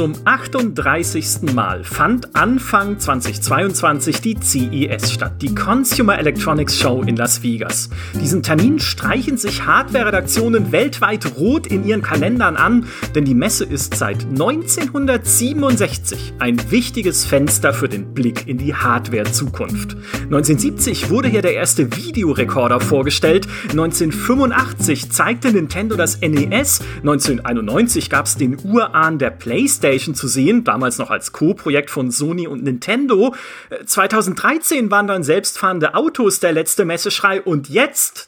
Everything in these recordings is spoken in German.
Zum 38. Mal fand Anfang 2022 die CES statt, die Consumer Electronics Show in Las Vegas. Diesen Termin streichen sich Hardware-Redaktionen weltweit rot in ihren Kalendern an, denn die Messe ist seit 1967 ein wichtiges Fenster für den Blick in die Hardware-Zukunft. 1970 wurde hier der erste Videorekorder vorgestellt, 1985 zeigte Nintendo das NES, 1991 gab es den Urahn der PlayStation zu sehen, damals noch als Co-Projekt von Sony und Nintendo. 2013 waren dann selbstfahrende Autos der letzte Messeschrei und jetzt,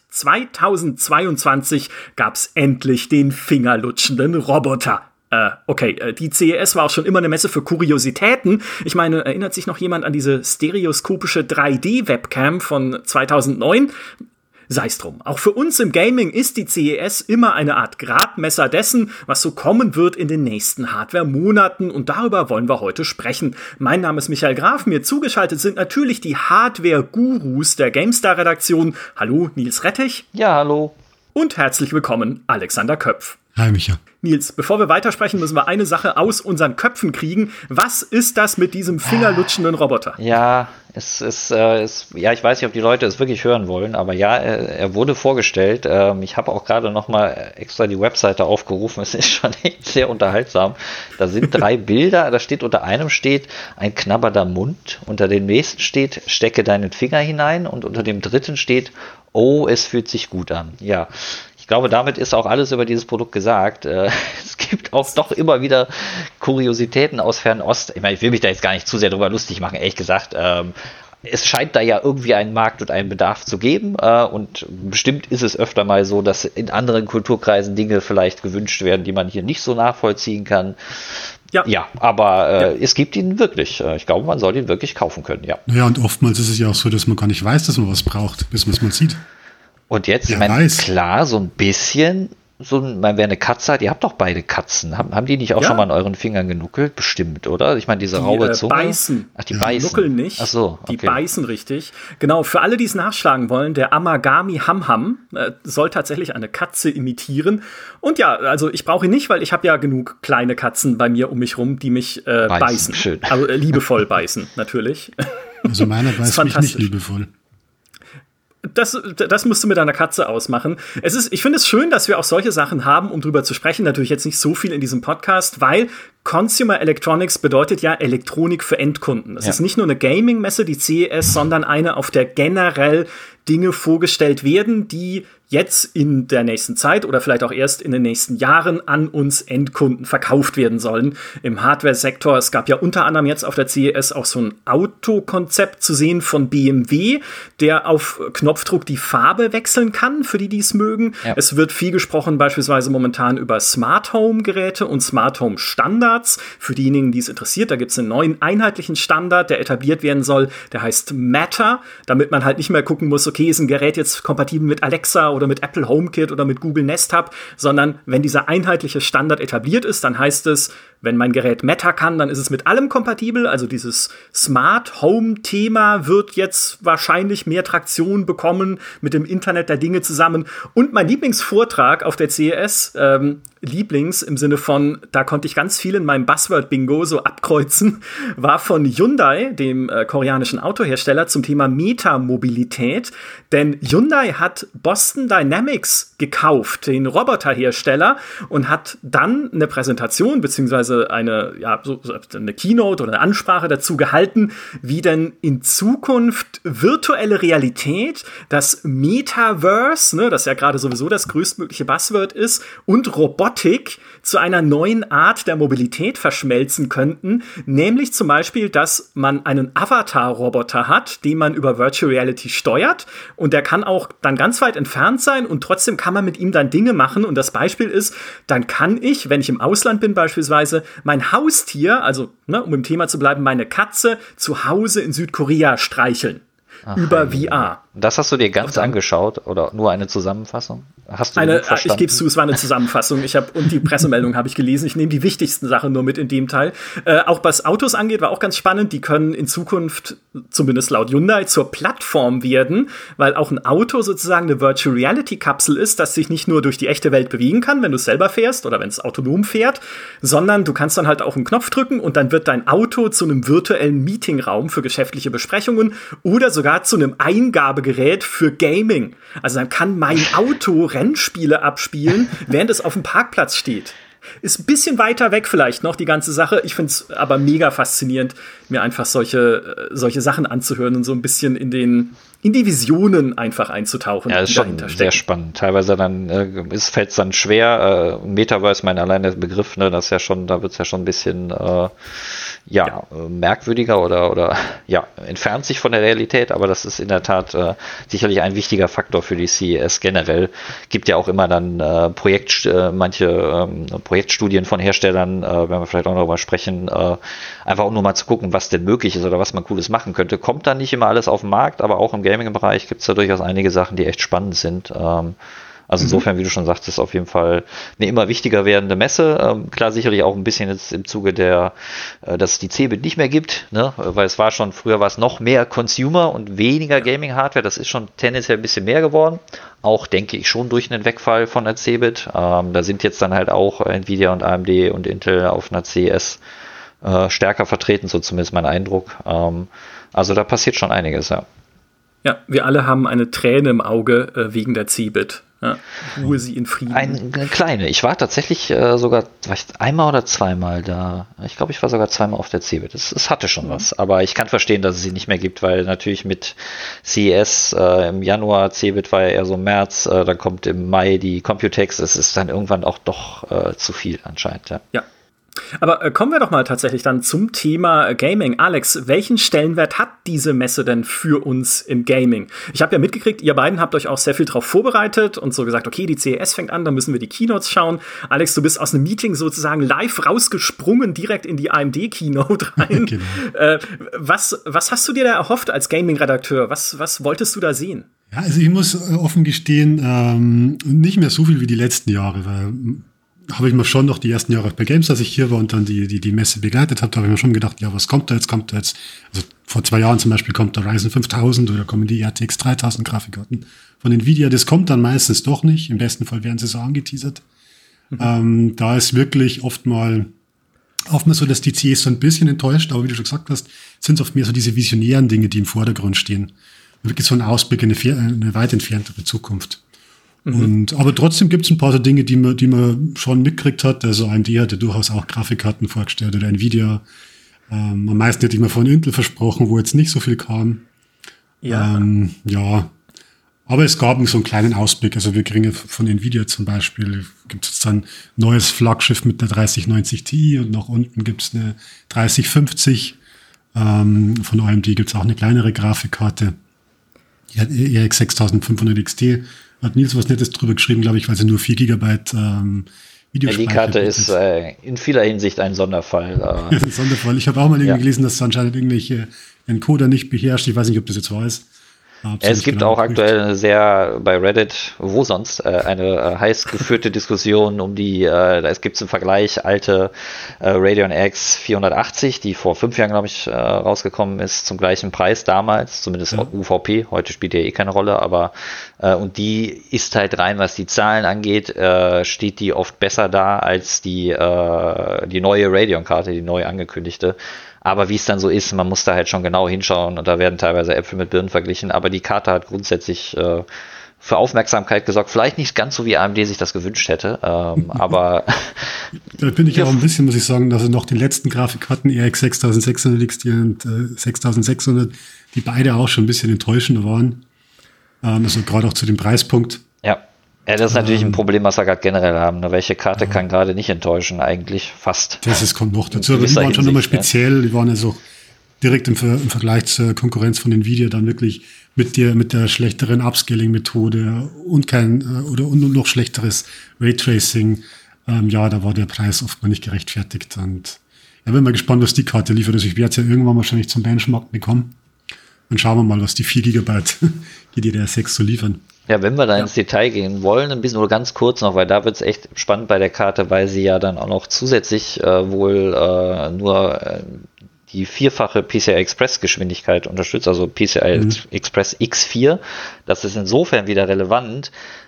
2022, gab's endlich den fingerlutschenden Roboter. Die CES war auch schon immer eine Messe für Kuriositäten. Ich meine, erinnert sich noch jemand an diese stereoskopische 3D-Webcam von 2009? Sei es drum. Auch für uns im Gaming ist die CES immer eine Art Gradmesser dessen, was so kommen wird in den nächsten Hardware-Monaten, und darüber wollen wir heute sprechen. Mein Name ist Michael Graf, mir zugeschaltet sind natürlich die Hardware-Gurus der GameStar-Redaktion. Hallo, Nils Rettich. Ja, hallo. Und herzlich willkommen, Alexander Köpf. Hi, Micha. Nils, bevor wir weitersprechen, müssen wir eine Sache aus unseren Köpfen kriegen. Was ist das mit diesem fingerlutschenden Roboter? Ja, ich weiß nicht, ob die Leute es wirklich hören wollen, aber ja, er wurde vorgestellt. Ich habe auch gerade noch mal extra die Webseite aufgerufen. Es ist schon echt sehr unterhaltsam. Da sind 3 Bilder. Unter einem steht ein knabbernder Mund. Unter dem nächsten steht, stecke deinen Finger hinein. Und unter dem dritten steht, oh, es fühlt sich gut an. Ja. Ich glaube, damit ist auch alles über dieses Produkt gesagt. Es gibt auch doch immer wieder Kuriositäten aus Fernost. Ich meine, ich will mich da jetzt gar nicht zu sehr drüber lustig machen, ehrlich gesagt. Es scheint da ja irgendwie einen Markt und einen Bedarf zu geben. Und bestimmt ist es öfter mal so, dass in anderen Kulturkreisen Dinge vielleicht gewünscht werden, die man hier nicht so nachvollziehen kann. Ja, aber es gibt ihn wirklich. Ich glaube, man soll ihn wirklich kaufen können, ja. Ja, und oftmals ist es ja auch so, dass man gar nicht weiß, dass man was braucht, bis man es mal sieht. Und jetzt, ich meine, klar, so ein bisschen, wer eine Katze hat, ihr habt doch beide Katzen. Haben die nicht auch schon mal an euren Fingern genuckelt? Bestimmt, oder? Ich meine, diese raue Zunge. Beißen. Ach, die beißen. Nuckeln nicht. Ach so, okay. Die beißen richtig. Genau, für alle, die es nachschlagen wollen, der Amagami Ham soll tatsächlich eine Katze imitieren. Und ja, also ich brauche ihn nicht, weil ich habe ja genug kleine Katzen bei mir um mich rum, die mich beißen. Schön. Also liebevoll beißen, natürlich. Also meiner beißt mich nicht liebevoll. Das musst du mit deiner Katze ausmachen. Ich finde es schön, dass wir auch solche Sachen haben, um drüber zu sprechen. Natürlich jetzt nicht so viel in diesem Podcast, weil Consumer Electronics bedeutet ja Elektronik für Endkunden. Es ist nicht nur eine Gaming-Messe, die CES, sondern eine, auf der generell Dinge vorgestellt werden, die jetzt in der nächsten Zeit oder vielleicht auch erst in den nächsten Jahren an uns Endkunden verkauft werden sollen. Im Hardware-Sektor, es gab ja unter anderem jetzt auf der CES auch so ein Autokonzept zu sehen von BMW, der auf Knopfdruck die Farbe wechseln kann, für die es mögen. Ja. Es wird viel gesprochen beispielsweise momentan über Smart Home-Geräte und Smart Home-Standards. Für diejenigen, die es interessiert, da gibt es einen neuen einheitlichen Standard, der etabliert werden soll, der heißt Matter, damit man halt nicht mehr gucken muss, okay, ist ein Gerät jetzt kompatibel mit Alexa oder mit Apple HomeKit oder mit Google Nest Hub, sondern wenn dieser einheitliche Standard etabliert ist, dann heißt es, wenn mein Gerät Matter kann, dann ist es mit allem kompatibel. Also dieses Smart Home Thema wird jetzt wahrscheinlich mehr Traktion bekommen mit dem Internet der Dinge zusammen. Und mein Lieblingsvortrag auf der CES, Lieblings im Sinne von, da konnte ich ganz viel in meinem Buzzword-Bingo so abkreuzen, war von Hyundai, dem koreanischen Autohersteller, zum Thema Metamobilität. Denn Hyundai hat Boston Dynamics gekauft, den Roboterhersteller, und hat dann eine Präsentation beziehungsweise eine Keynote oder eine Ansprache dazu gehalten, wie denn in Zukunft virtuelle Realität, das Metaverse, das ja gerade sowieso das größtmögliche Buzzword ist, und Robotik zu einer neuen Art der Mobilität verschmelzen könnten, nämlich zum Beispiel, dass man einen Avatar-Roboter hat, den man über Virtual Reality steuert, und der kann auch dann ganz weit entfernt sein und trotzdem kann man mit ihm dann Dinge machen, und das Beispiel ist, dann kann ich, wenn ich im Ausland bin beispielsweise, mein Haustier, also um im Thema zu bleiben, meine Katze zu Hause in Südkorea streicheln. über VR. Das hast du dir ganz angeschaut oder nur eine Zusammenfassung? Hast du ich gebe zu, es war eine Zusammenfassung. Und die Pressemeldung habe ich gelesen. Ich nehme die wichtigsten Sachen nur mit in dem Teil. Auch was Autos angeht, war auch ganz spannend. Die können in Zukunft, zumindest laut Hyundai, zur Plattform werden, weil auch ein Auto sozusagen eine Virtual Reality Kapsel ist, das sich nicht nur durch die echte Welt bewegen kann, wenn du es selber fährst oder wenn es autonom fährt, sondern du kannst dann halt auch einen Knopf drücken und dann wird dein Auto zu einem virtuellen Meetingraum für geschäftliche Besprechungen oder sogar zu einem Eingabegerät für Gaming. Also dann kann mein Auto Rennspiele abspielen, während es auf dem Parkplatz steht. Ist ein bisschen weiter weg vielleicht noch, die ganze Sache. Ich finde es aber mega faszinierend, mir einfach solche Sachen anzuhören und so ein bisschen in die Visionen einfach einzutauchen. Ja, ist schon sehr spannend. Teilweise dann fällt es dann schwer. Metaverse, allein der Begriff, ne, das ist ja schon, da wird es ja schon ein bisschen merkwürdiger oder entfernt sich von der Realität, aber das ist in der Tat sicherlich ein wichtiger Faktor für die CES generell. Gibt ja auch immer dann manche Projektstudien von Herstellern, wenn wir vielleicht auch noch darüber sprechen, einfach auch nur mal zu gucken, was denn möglich ist oder was man Cooles machen könnte. Kommt dann nicht immer alles auf den Markt, aber auch im Gaming-Bereich gibt es da durchaus einige Sachen, die echt spannend sind. Also insofern, wie du schon sagtest, auf jeden Fall eine immer wichtiger werdende Messe. Klar, sicherlich auch ein bisschen jetzt im Zuge dass es die CeBIT nicht mehr gibt, ne? Weil früher war es noch mehr Consumer und weniger Gaming-Hardware. Das ist schon tendenziell ein bisschen mehr geworden. Auch, denke ich, schon durch einen Wegfall von der CeBIT. Da sind jetzt dann halt auch Nvidia und AMD und Intel auf einer CES stärker vertreten, so zumindest mein Eindruck. Also da passiert schon einiges, ja. Ja, wir alle haben eine Träne im Auge wegen der CeBIT. Ja, ruhe sie in Frieden. Eine kleine. Ich war tatsächlich war ich einmal oder zweimal da. Ich glaube, ich war sogar zweimal auf der CeBIT. Es hatte schon was. Aber ich kann verstehen, dass es sie nicht mehr gibt, weil natürlich mit CES im Januar, CeBIT war ja eher so im März, dann kommt im Mai die Computex. Es ist dann irgendwann auch doch zu viel anscheinend. Ja. Aber kommen wir doch mal tatsächlich dann zum Thema Gaming. Alex, welchen Stellenwert hat diese Messe denn für uns im Gaming? Ich habe ja mitgekriegt, ihr beiden habt euch auch sehr viel drauf vorbereitet und so gesagt, okay, die CES fängt an, dann müssen wir die Keynotes schauen. Alex, du bist aus einem Meeting sozusagen live rausgesprungen, direkt in die AMD-Keynote rein. Genau. Was hast du dir da erhofft als Gaming-Redakteur? Was wolltest du da sehen? Ja, also ich muss offen gestehen, nicht mehr so viel wie die letzten Jahre, weil habe ich mir schon noch die ersten Jahre bei Games, als ich hier war und dann die Messe begleitet habe, da habe ich mir schon gedacht, ja, was kommt da jetzt? Also vor 2 Jahren zum Beispiel kommt der Ryzen 5000 oder kommen die RTX 3000 Grafikkarten von Nvidia. Das kommt dann meistens doch nicht. Im besten Fall werden sie so angeteasert. Da ist wirklich oft mal so, dass die CES so ein bisschen enttäuscht, aber wie du schon gesagt hast, sind es oft mehr so diese visionären Dinge, die im Vordergrund stehen. Wirklich so ein Ausblick in eine weit entferntere Zukunft. Aber trotzdem gibt es ein paar so Dinge, die man schon mitgekriegt hat. Also AMD hatte durchaus auch Grafikkarten vorgestellt oder Nvidia. Am meisten hätte ich mir von Intel versprochen, wo jetzt nicht so viel kam. Ja. Aber es gab so einen kleinen Ausblick. Also wir kriegen von Nvidia zum Beispiel, gibt es dann ein neues Flaggschiff mit der 3090 Ti und nach unten gibt es eine 3050. Von AMD gibt es auch eine kleinere Grafikkarte. Die RX 6500 XT. Hat Nils was Nettes drüber geschrieben, glaube ich, weil sie nur 4 GB Videospeicher die Karte ist in vieler Hinsicht ein Sonderfall. Ein Sonderfall. Ich habe auch mal irgendwie gelesen, dass es anscheinend irgendwelche Encoder nicht beherrscht. Ich weiß nicht, ob das jetzt wahr ist. Es gibt auch aktuell bei Reddit, wo sonst, eine heiß geführte Diskussion um es gibt einen Vergleich, alte Radeon RX 480, die vor 5 Jahren, glaube ich, rausgekommen ist, zum gleichen Preis damals, zumindest UVP, heute spielt die keine Rolle, aber und die ist halt rein, was die Zahlen angeht, steht die oft besser da als die neue Radeon-Karte, die neu angekündigte. Aber wie es dann so ist, man muss da halt schon genau hinschauen und da werden teilweise Äpfel mit Birnen verglichen. Aber die Karte hat grundsätzlich für Aufmerksamkeit gesorgt. Vielleicht nicht ganz so, wie AMD sich das gewünscht hätte, aber... Da bin ich auch ein bisschen, muss ich sagen, dass noch die letzten Grafikkarten, RX 6600 XT und 6600, die beide auch schon ein bisschen enttäuschender waren. Also gerade auch zu dem Preispunkt. Ja, das ist natürlich ein Problem, was wir gerade generell haben. Welche Karte kann gerade nicht enttäuschen, eigentlich fast. Kommt noch dazu, aber die waren schon nochmal speziell. Die waren also direkt im Vergleich zur Konkurrenz von Nvidia dann wirklich mit der schlechteren Upscaling-Methode und noch schlechteres Raytracing. Da war der Preis oft mal nicht gerechtfertigt. Und ja, bin mal gespannt, was die Karte liefert. Also ich werde es ja irgendwann wahrscheinlich zum Benchmark bekommen. dann schauen wir mal, was die 4 GB GDDR6 so liefern. Ja, wenn wir da ins Detail gehen wollen, ein bisschen nur ganz kurz noch, weil da wird es echt spannend bei der Karte, weil sie ja dann auch noch zusätzlich nur die 4-fache PCI Express Geschwindigkeit unterstützt, also PCI Express X4. Das ist insofern wieder relevant,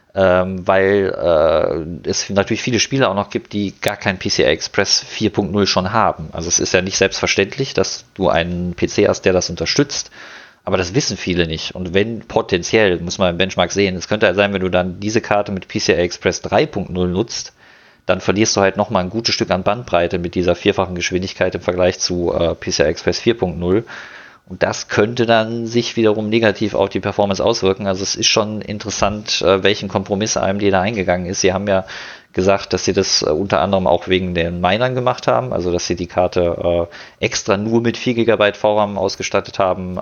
weil es natürlich viele Spiele auch noch gibt, die gar kein PCI Express 4.0 schon haben. Also es ist ja nicht selbstverständlich, dass du einen PC hast, der das unterstützt. Aber das wissen viele nicht. Und wenn potenziell, muss man im Benchmark sehen, es könnte halt sein, wenn du dann diese Karte mit PCI Express 3.0 nutzt, dann verlierst du halt nochmal ein gutes Stück an Bandbreite mit dieser 4-fachen Geschwindigkeit im Vergleich zu PCI Express 4.0. Und das könnte dann sich wiederum negativ auf die Performance auswirken. Also es ist schon interessant, welchen Kompromiss AMD da eingegangen ist. Sie haben ja gesagt, dass sie das unter anderem auch wegen den Minern gemacht haben, also dass sie die Karte extra nur mit 4 GB VRAM ausgestattet haben,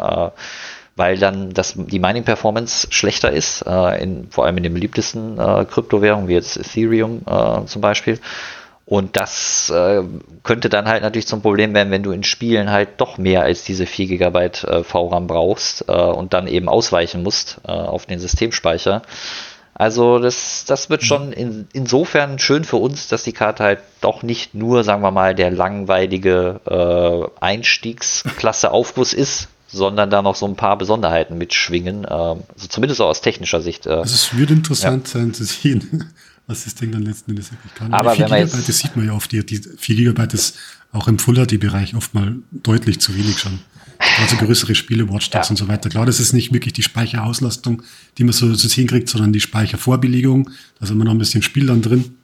weil dann die Mining-Performance schlechter ist, vor allem in den beliebtesten Kryptowährungen, wie jetzt Ethereum zum Beispiel. Und das könnte dann halt natürlich zum Problem werden, wenn du in Spielen halt doch mehr als diese 4 GB VRAM brauchst und dann eben ausweichen musst auf den Systemspeicher. Also das wird schon insofern schön für uns, dass die Karte halt doch nicht nur, sagen wir mal, der langweilige Einstiegsklasse-Aufguss ist, sondern da noch so ein paar Besonderheiten mitschwingen, also zumindest auch aus technischer Sicht. Also es wird interessant sein zu sehen, was das Ding dann letzten Endes wirklich kann. Aber 4 GB, das sieht man ja oft, die 4 GB ist auch im Full-HD-Bereich oft mal deutlich zu wenig schon. Also größere Spiele, Watch Dogs und so weiter. Klar, das ist nicht wirklich die Speicherauslastung, die man so zu sehen kriegt, sondern die Speichervorbelegung. Da ist immer noch ein bisschen Spiel dann drin.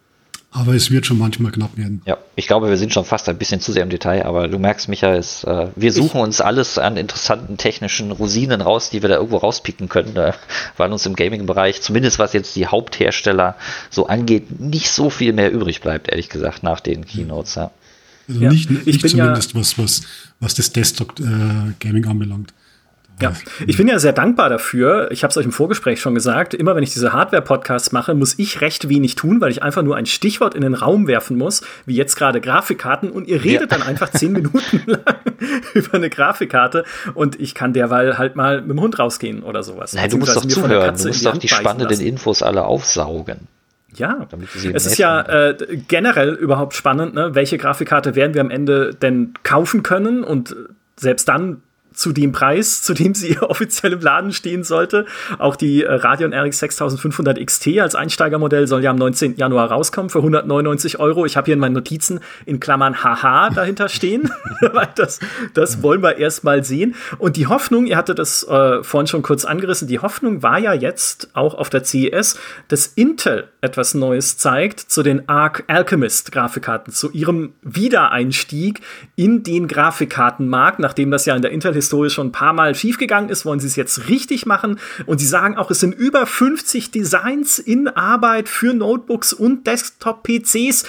Aber es wird schon manchmal knapp werden. Ja, ich glaube, wir sind schon fast ein bisschen zu sehr im Detail, aber du merkst, Micha, wir suchen uns alles an interessanten technischen Rosinen raus, die wir da irgendwo rauspicken können, weil uns im Gaming-Bereich, zumindest was jetzt die Haupthersteller so angeht, nicht so viel mehr übrig bleibt, ehrlich gesagt, nach den Keynotes. Ja. Also nicht zumindest was das Desktop-Gaming anbelangt. Ja, ich bin ja sehr dankbar dafür. Ich habe es euch im Vorgespräch schon gesagt. Immer wenn ich diese Hardware-Podcasts mache, muss ich recht wenig tun, weil ich einfach nur ein Stichwort in den Raum werfen muss, wie jetzt gerade Grafikkarten. Und ihr redet dann einfach 10 Minuten lang über eine Grafikkarte. Und ich kann derweil halt mal mit dem Hund rausgehen oder sowas. Nein, du musst doch zuhören. Du musst doch die spannenden Infos alle aufsaugen. Ja, es ist ja generell überhaupt spannend, ne? Welche Grafikkarte werden wir am Ende denn kaufen können und selbst dann zu dem Preis, zu dem sie offiziell im Laden stehen sollte. Auch die Radeon RX 6500 XT als Einsteigermodell soll ja am 19. Januar rauskommen für 199 €. Ich habe hier in meinen Notizen in Klammern haha dahinter stehen, weil das wollen wir erst mal sehen. Und die Hoffnung, ihr hattet das vorhin schon kurz angerissen, die Hoffnung war ja jetzt auch auf der CES, dass Intel etwas Neues zeigt zu den Arc Alchemist Grafikkarten, zu ihrem Wiedereinstieg in den Grafikkartenmarkt, nachdem das ja in der Intel-Historie schon ein paar Mal schiefgegangen ist, wollen sie es jetzt richtig machen. Und sie sagen auch, es sind über 50 Designs in Arbeit für Notebooks und Desktop-PCs.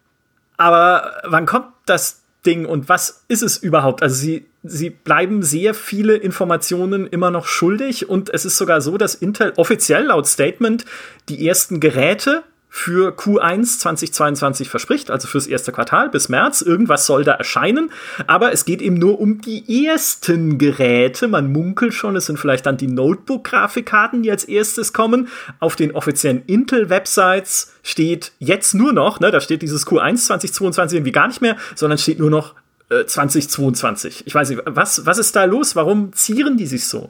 Aber wann kommt das Ding und was ist es überhaupt? Also sie bleiben sehr viele Informationen immer noch schuldig. Und es ist sogar so, dass Intel offiziell laut Statement die ersten Geräte für Q1 2022 verspricht, also fürs erste Quartal bis März. Irgendwas soll da erscheinen, aber es geht eben nur um die ersten Geräte. Man munkelt schon, es sind vielleicht dann die Notebook-Grafikkarten, die als erstes kommen. Auf den offiziellen Intel-Websites steht jetzt nur noch, da steht dieses Q1 2022 irgendwie gar nicht mehr, sondern steht nur noch 2022. Ich weiß nicht, was ist da los? Warum zieren die sich so?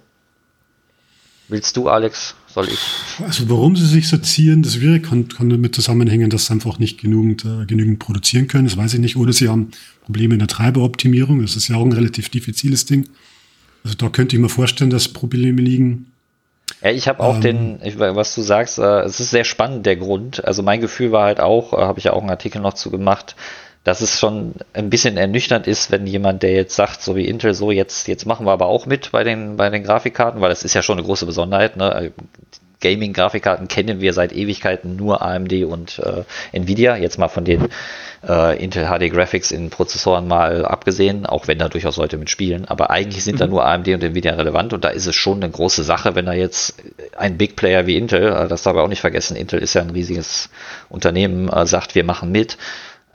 Willst du, Alex? Soll ich? Also warum sie sich so ziehen, das kann damit zusammenhängen, dass sie einfach nicht genügend produzieren können. Das weiß ich nicht. Oder sie haben Probleme in der Treiberoptimierung. Das ist ja auch ein relativ diffiziles Ding. Also da könnte ich mir vorstellen, dass Probleme liegen. Ja, ich habe auch was du sagst, es ist sehr spannend, der Grund. Also mein Gefühl war halt auch, habe ich ja auch einen Artikel noch zu gemacht, dass es schon ein bisschen ernüchternd ist, wenn jemand, der jetzt sagt, so wie Intel, so jetzt machen wir aber auch mit bei den Grafikkarten, weil das ist ja schon eine große Besonderheit, ne? Gaming-Grafikkarten kennen wir seit Ewigkeiten nur AMD und Nvidia, jetzt mal von den Intel HD Graphics in Prozessoren mal abgesehen, auch wenn da durchaus Leute mitspielen, aber eigentlich sind da nur AMD und Nvidia relevant und da ist es schon eine große Sache, wenn da jetzt ein Big Player wie Intel, das darf ich auch nicht vergessen, Intel ist ja ein riesiges Unternehmen, sagt, wir machen mit.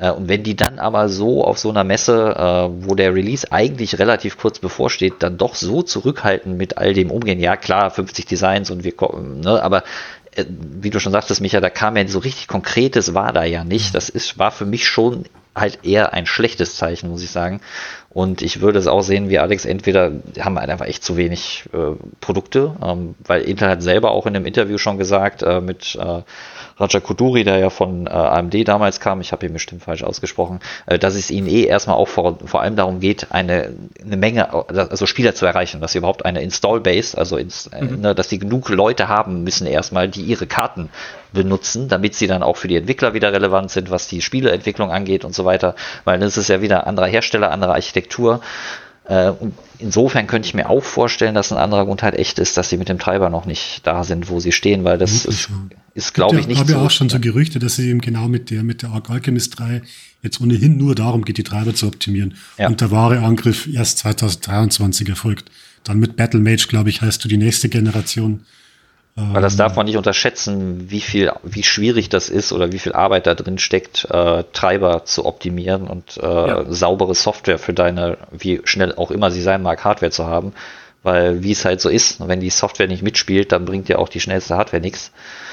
Und wenn die dann aber so auf so einer Messe, wo der Release eigentlich relativ kurz bevorsteht, dann doch so zurückhaltend mit all dem umgehen, ja klar, 50 Designs und wir kommen, ne, aber wie du schon sagtest, Micha, da kam ja so richtig Konkretes war da ja nicht. War für mich schon halt eher ein schlechtes Zeichen, muss ich sagen. Und ich würde es auch sehen, wie Alex, entweder haben halt einfach echt zu wenig Produkte, weil Intel hat selber auch in einem Interview schon gesagt, mit Raja Koduri, der ja von AMD damals kam, ich habe ihn bestimmt falsch ausgesprochen, dass es ihnen erstmal auch vor allem darum geht, eine Menge, also Spieler zu erreichen, dass sie überhaupt eine Install-Base, also dass die genug Leute haben müssen erstmal, die ihre Karten benutzen, damit sie dann auch für die Entwickler wieder relevant sind, was die Spieleentwicklung angeht und so weiter, weil das ist ja wieder anderer Hersteller, andere Architektur. Und insofern könnte ich mir auch vorstellen, dass ein anderer Grund halt echt ist, dass sie mit dem Treiber noch nicht da sind, wo sie stehen, weil das ist glaube ich, nicht so. Ich habe ja auch schon so Gerüchte, dass sie eben genau mit der Arc Alchemist 3 jetzt ohnehin nur darum geht, die Treiber zu optimieren. Ja. Und der wahre Angriff erst 2023 erfolgt. Dann mit Battle Mage, glaube ich, heißt du die nächste Generation. Weil das darf man nicht unterschätzen, wie schwierig das ist oder wie viel Arbeit da drin steckt, Treiber zu optimieren und saubere Software für deine, wie schnell auch immer sie sein mag, Hardware zu haben. Weil wie es halt so ist, wenn die Software nicht mitspielt, dann bringt ja auch die schnellste Hardware nichts.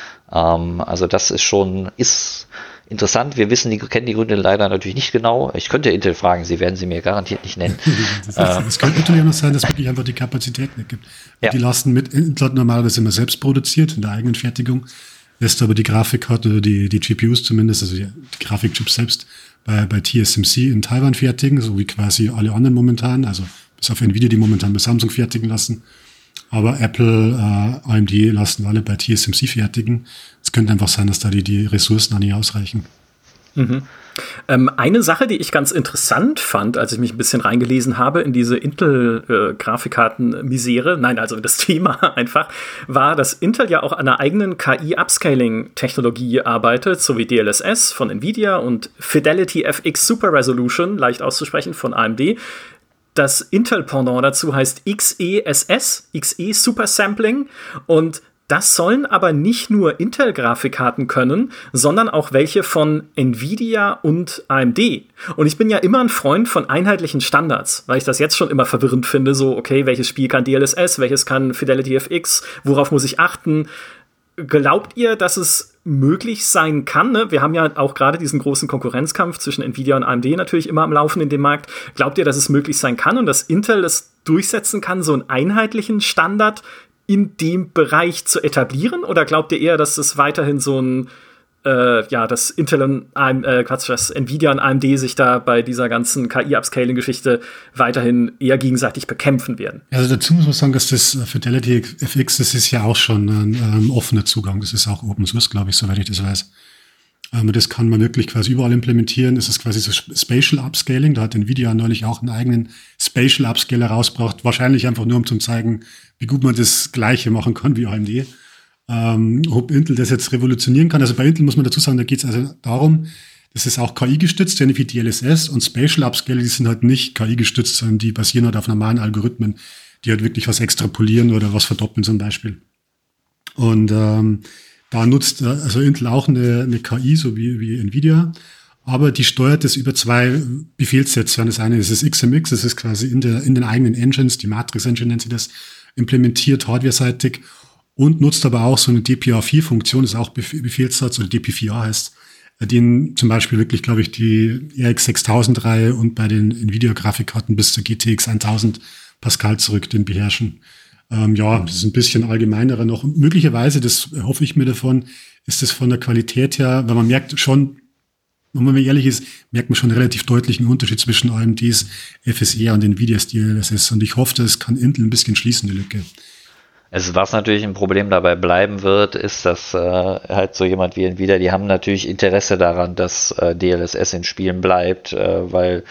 Also das ist interessant. Wir kennen die Gründe leider natürlich nicht genau. Ich könnte Intel fragen, sie werden sie mir garantiert nicht nennen. Es könnte natürlich noch sein, dass wirklich einfach die Kapazität nicht gibt. Ja. Die lassen Intel normalerweise immer selbst produziert in der eigenen Fertigung, lässt aber die Grafikkarte oder die GPUs zumindest, also die Grafikchips selbst bei TSMC in Taiwan fertigen, so wie quasi alle anderen momentan, also bis auf Nvidia, die momentan bei Samsung fertigen lassen. Aber Apple, AMD lassen alle bei TSMC fertigen. Es könnte einfach sein, dass da die Ressourcen auch nicht ausreichen. Mhm. Eine Sache, die ich ganz interessant fand, als ich mich ein bisschen reingelesen habe in diese Intel-Grafikkarten-Misere, also das Thema einfach, war, dass Intel ja auch an einer eigenen KI-Upscaling-Technologie arbeitet, sowie DLSS von Nvidia und Fidelity FX Super Resolution, leicht auszusprechen, von AMD. Das Intel-Pendant dazu heißt XeSS, XE Super Sampling, und das sollen aber nicht nur Intel-Grafikkarten können, sondern auch welche von Nvidia und AMD. Und ich bin ja immer ein Freund von einheitlichen Standards, weil ich das jetzt schon immer verwirrend finde, so, okay, welches Spiel kann DLSS, welches kann Fidelity FX, worauf muss ich achten? Glaubt ihr, dass es möglich sein kann? Ne? Wir haben ja auch gerade diesen großen Konkurrenzkampf zwischen Nvidia und AMD natürlich immer am Laufen in dem Markt. Glaubt ihr, dass es möglich sein kann und dass Intel es durchsetzen kann, so einen einheitlichen Standard in dem Bereich zu etablieren? Oder glaubt ihr eher, dass es weiterhin so ein dass Intel und dass Nvidia und AMD sich da bei dieser ganzen KI-Upscaling-Geschichte weiterhin eher gegenseitig bekämpfen werden? Also dazu muss man sagen, dass das Fidelity FX, das ist ja auch schon ein offener Zugang. Das ist auch Open Source, glaube ich, soweit ich das weiß. Das kann man wirklich quasi überall implementieren. Das ist quasi so Spatial Upscaling. Da hat Nvidia neulich auch einen eigenen Spatial Upscaler rausgebracht. Wahrscheinlich einfach nur, um zu zeigen, wie gut man das Gleiche machen kann wie AMD. Ob Intel das jetzt revolutionieren kann. Also bei Intel muss man dazu sagen, da geht es also darum, das ist auch KI-gestützt, ähnlich wie DLSS, und Spatial Upscaler, die sind halt nicht KI-gestützt, sondern die basieren halt auf normalen Algorithmen, die halt wirklich was extrapolieren oder was verdoppeln zum Beispiel. Und da nutzt also Intel auch eine KI, so wie Nvidia, aber die steuert es über zwei Befehlssätze. Das eine ist das XMX, das ist quasi in den eigenen Engines, die Matrix-Engine nennt sie das, implementiert hardware-seitig, und nutzt aber auch so eine DPA4-Funktion, das ist auch Befehlssatz, oder DP4A heißt, die zum Beispiel wirklich, glaube ich, die RX 6000-Reihe und bei den Nvidia-Grafikkarten bis zur GTX 1000 Pascal zurück den beherrschen. Das ist ein bisschen allgemeinerer noch. Und möglicherweise, das hoffe ich mir davon, ist es von der Qualität her, weil man merkt schon, wenn man ehrlich ist, merkt man schon einen relativ deutlichen Unterschied zwischen AMDs FSR und Nvidias DLSS. Und ich hoffe, das kann Intel ein bisschen schließen, die Lücke. Was natürlich ein Problem dabei bleiben wird, ist, dass halt so jemand wie Nvidia, die haben natürlich Interesse daran, dass DLSS in Spielen bleibt, weil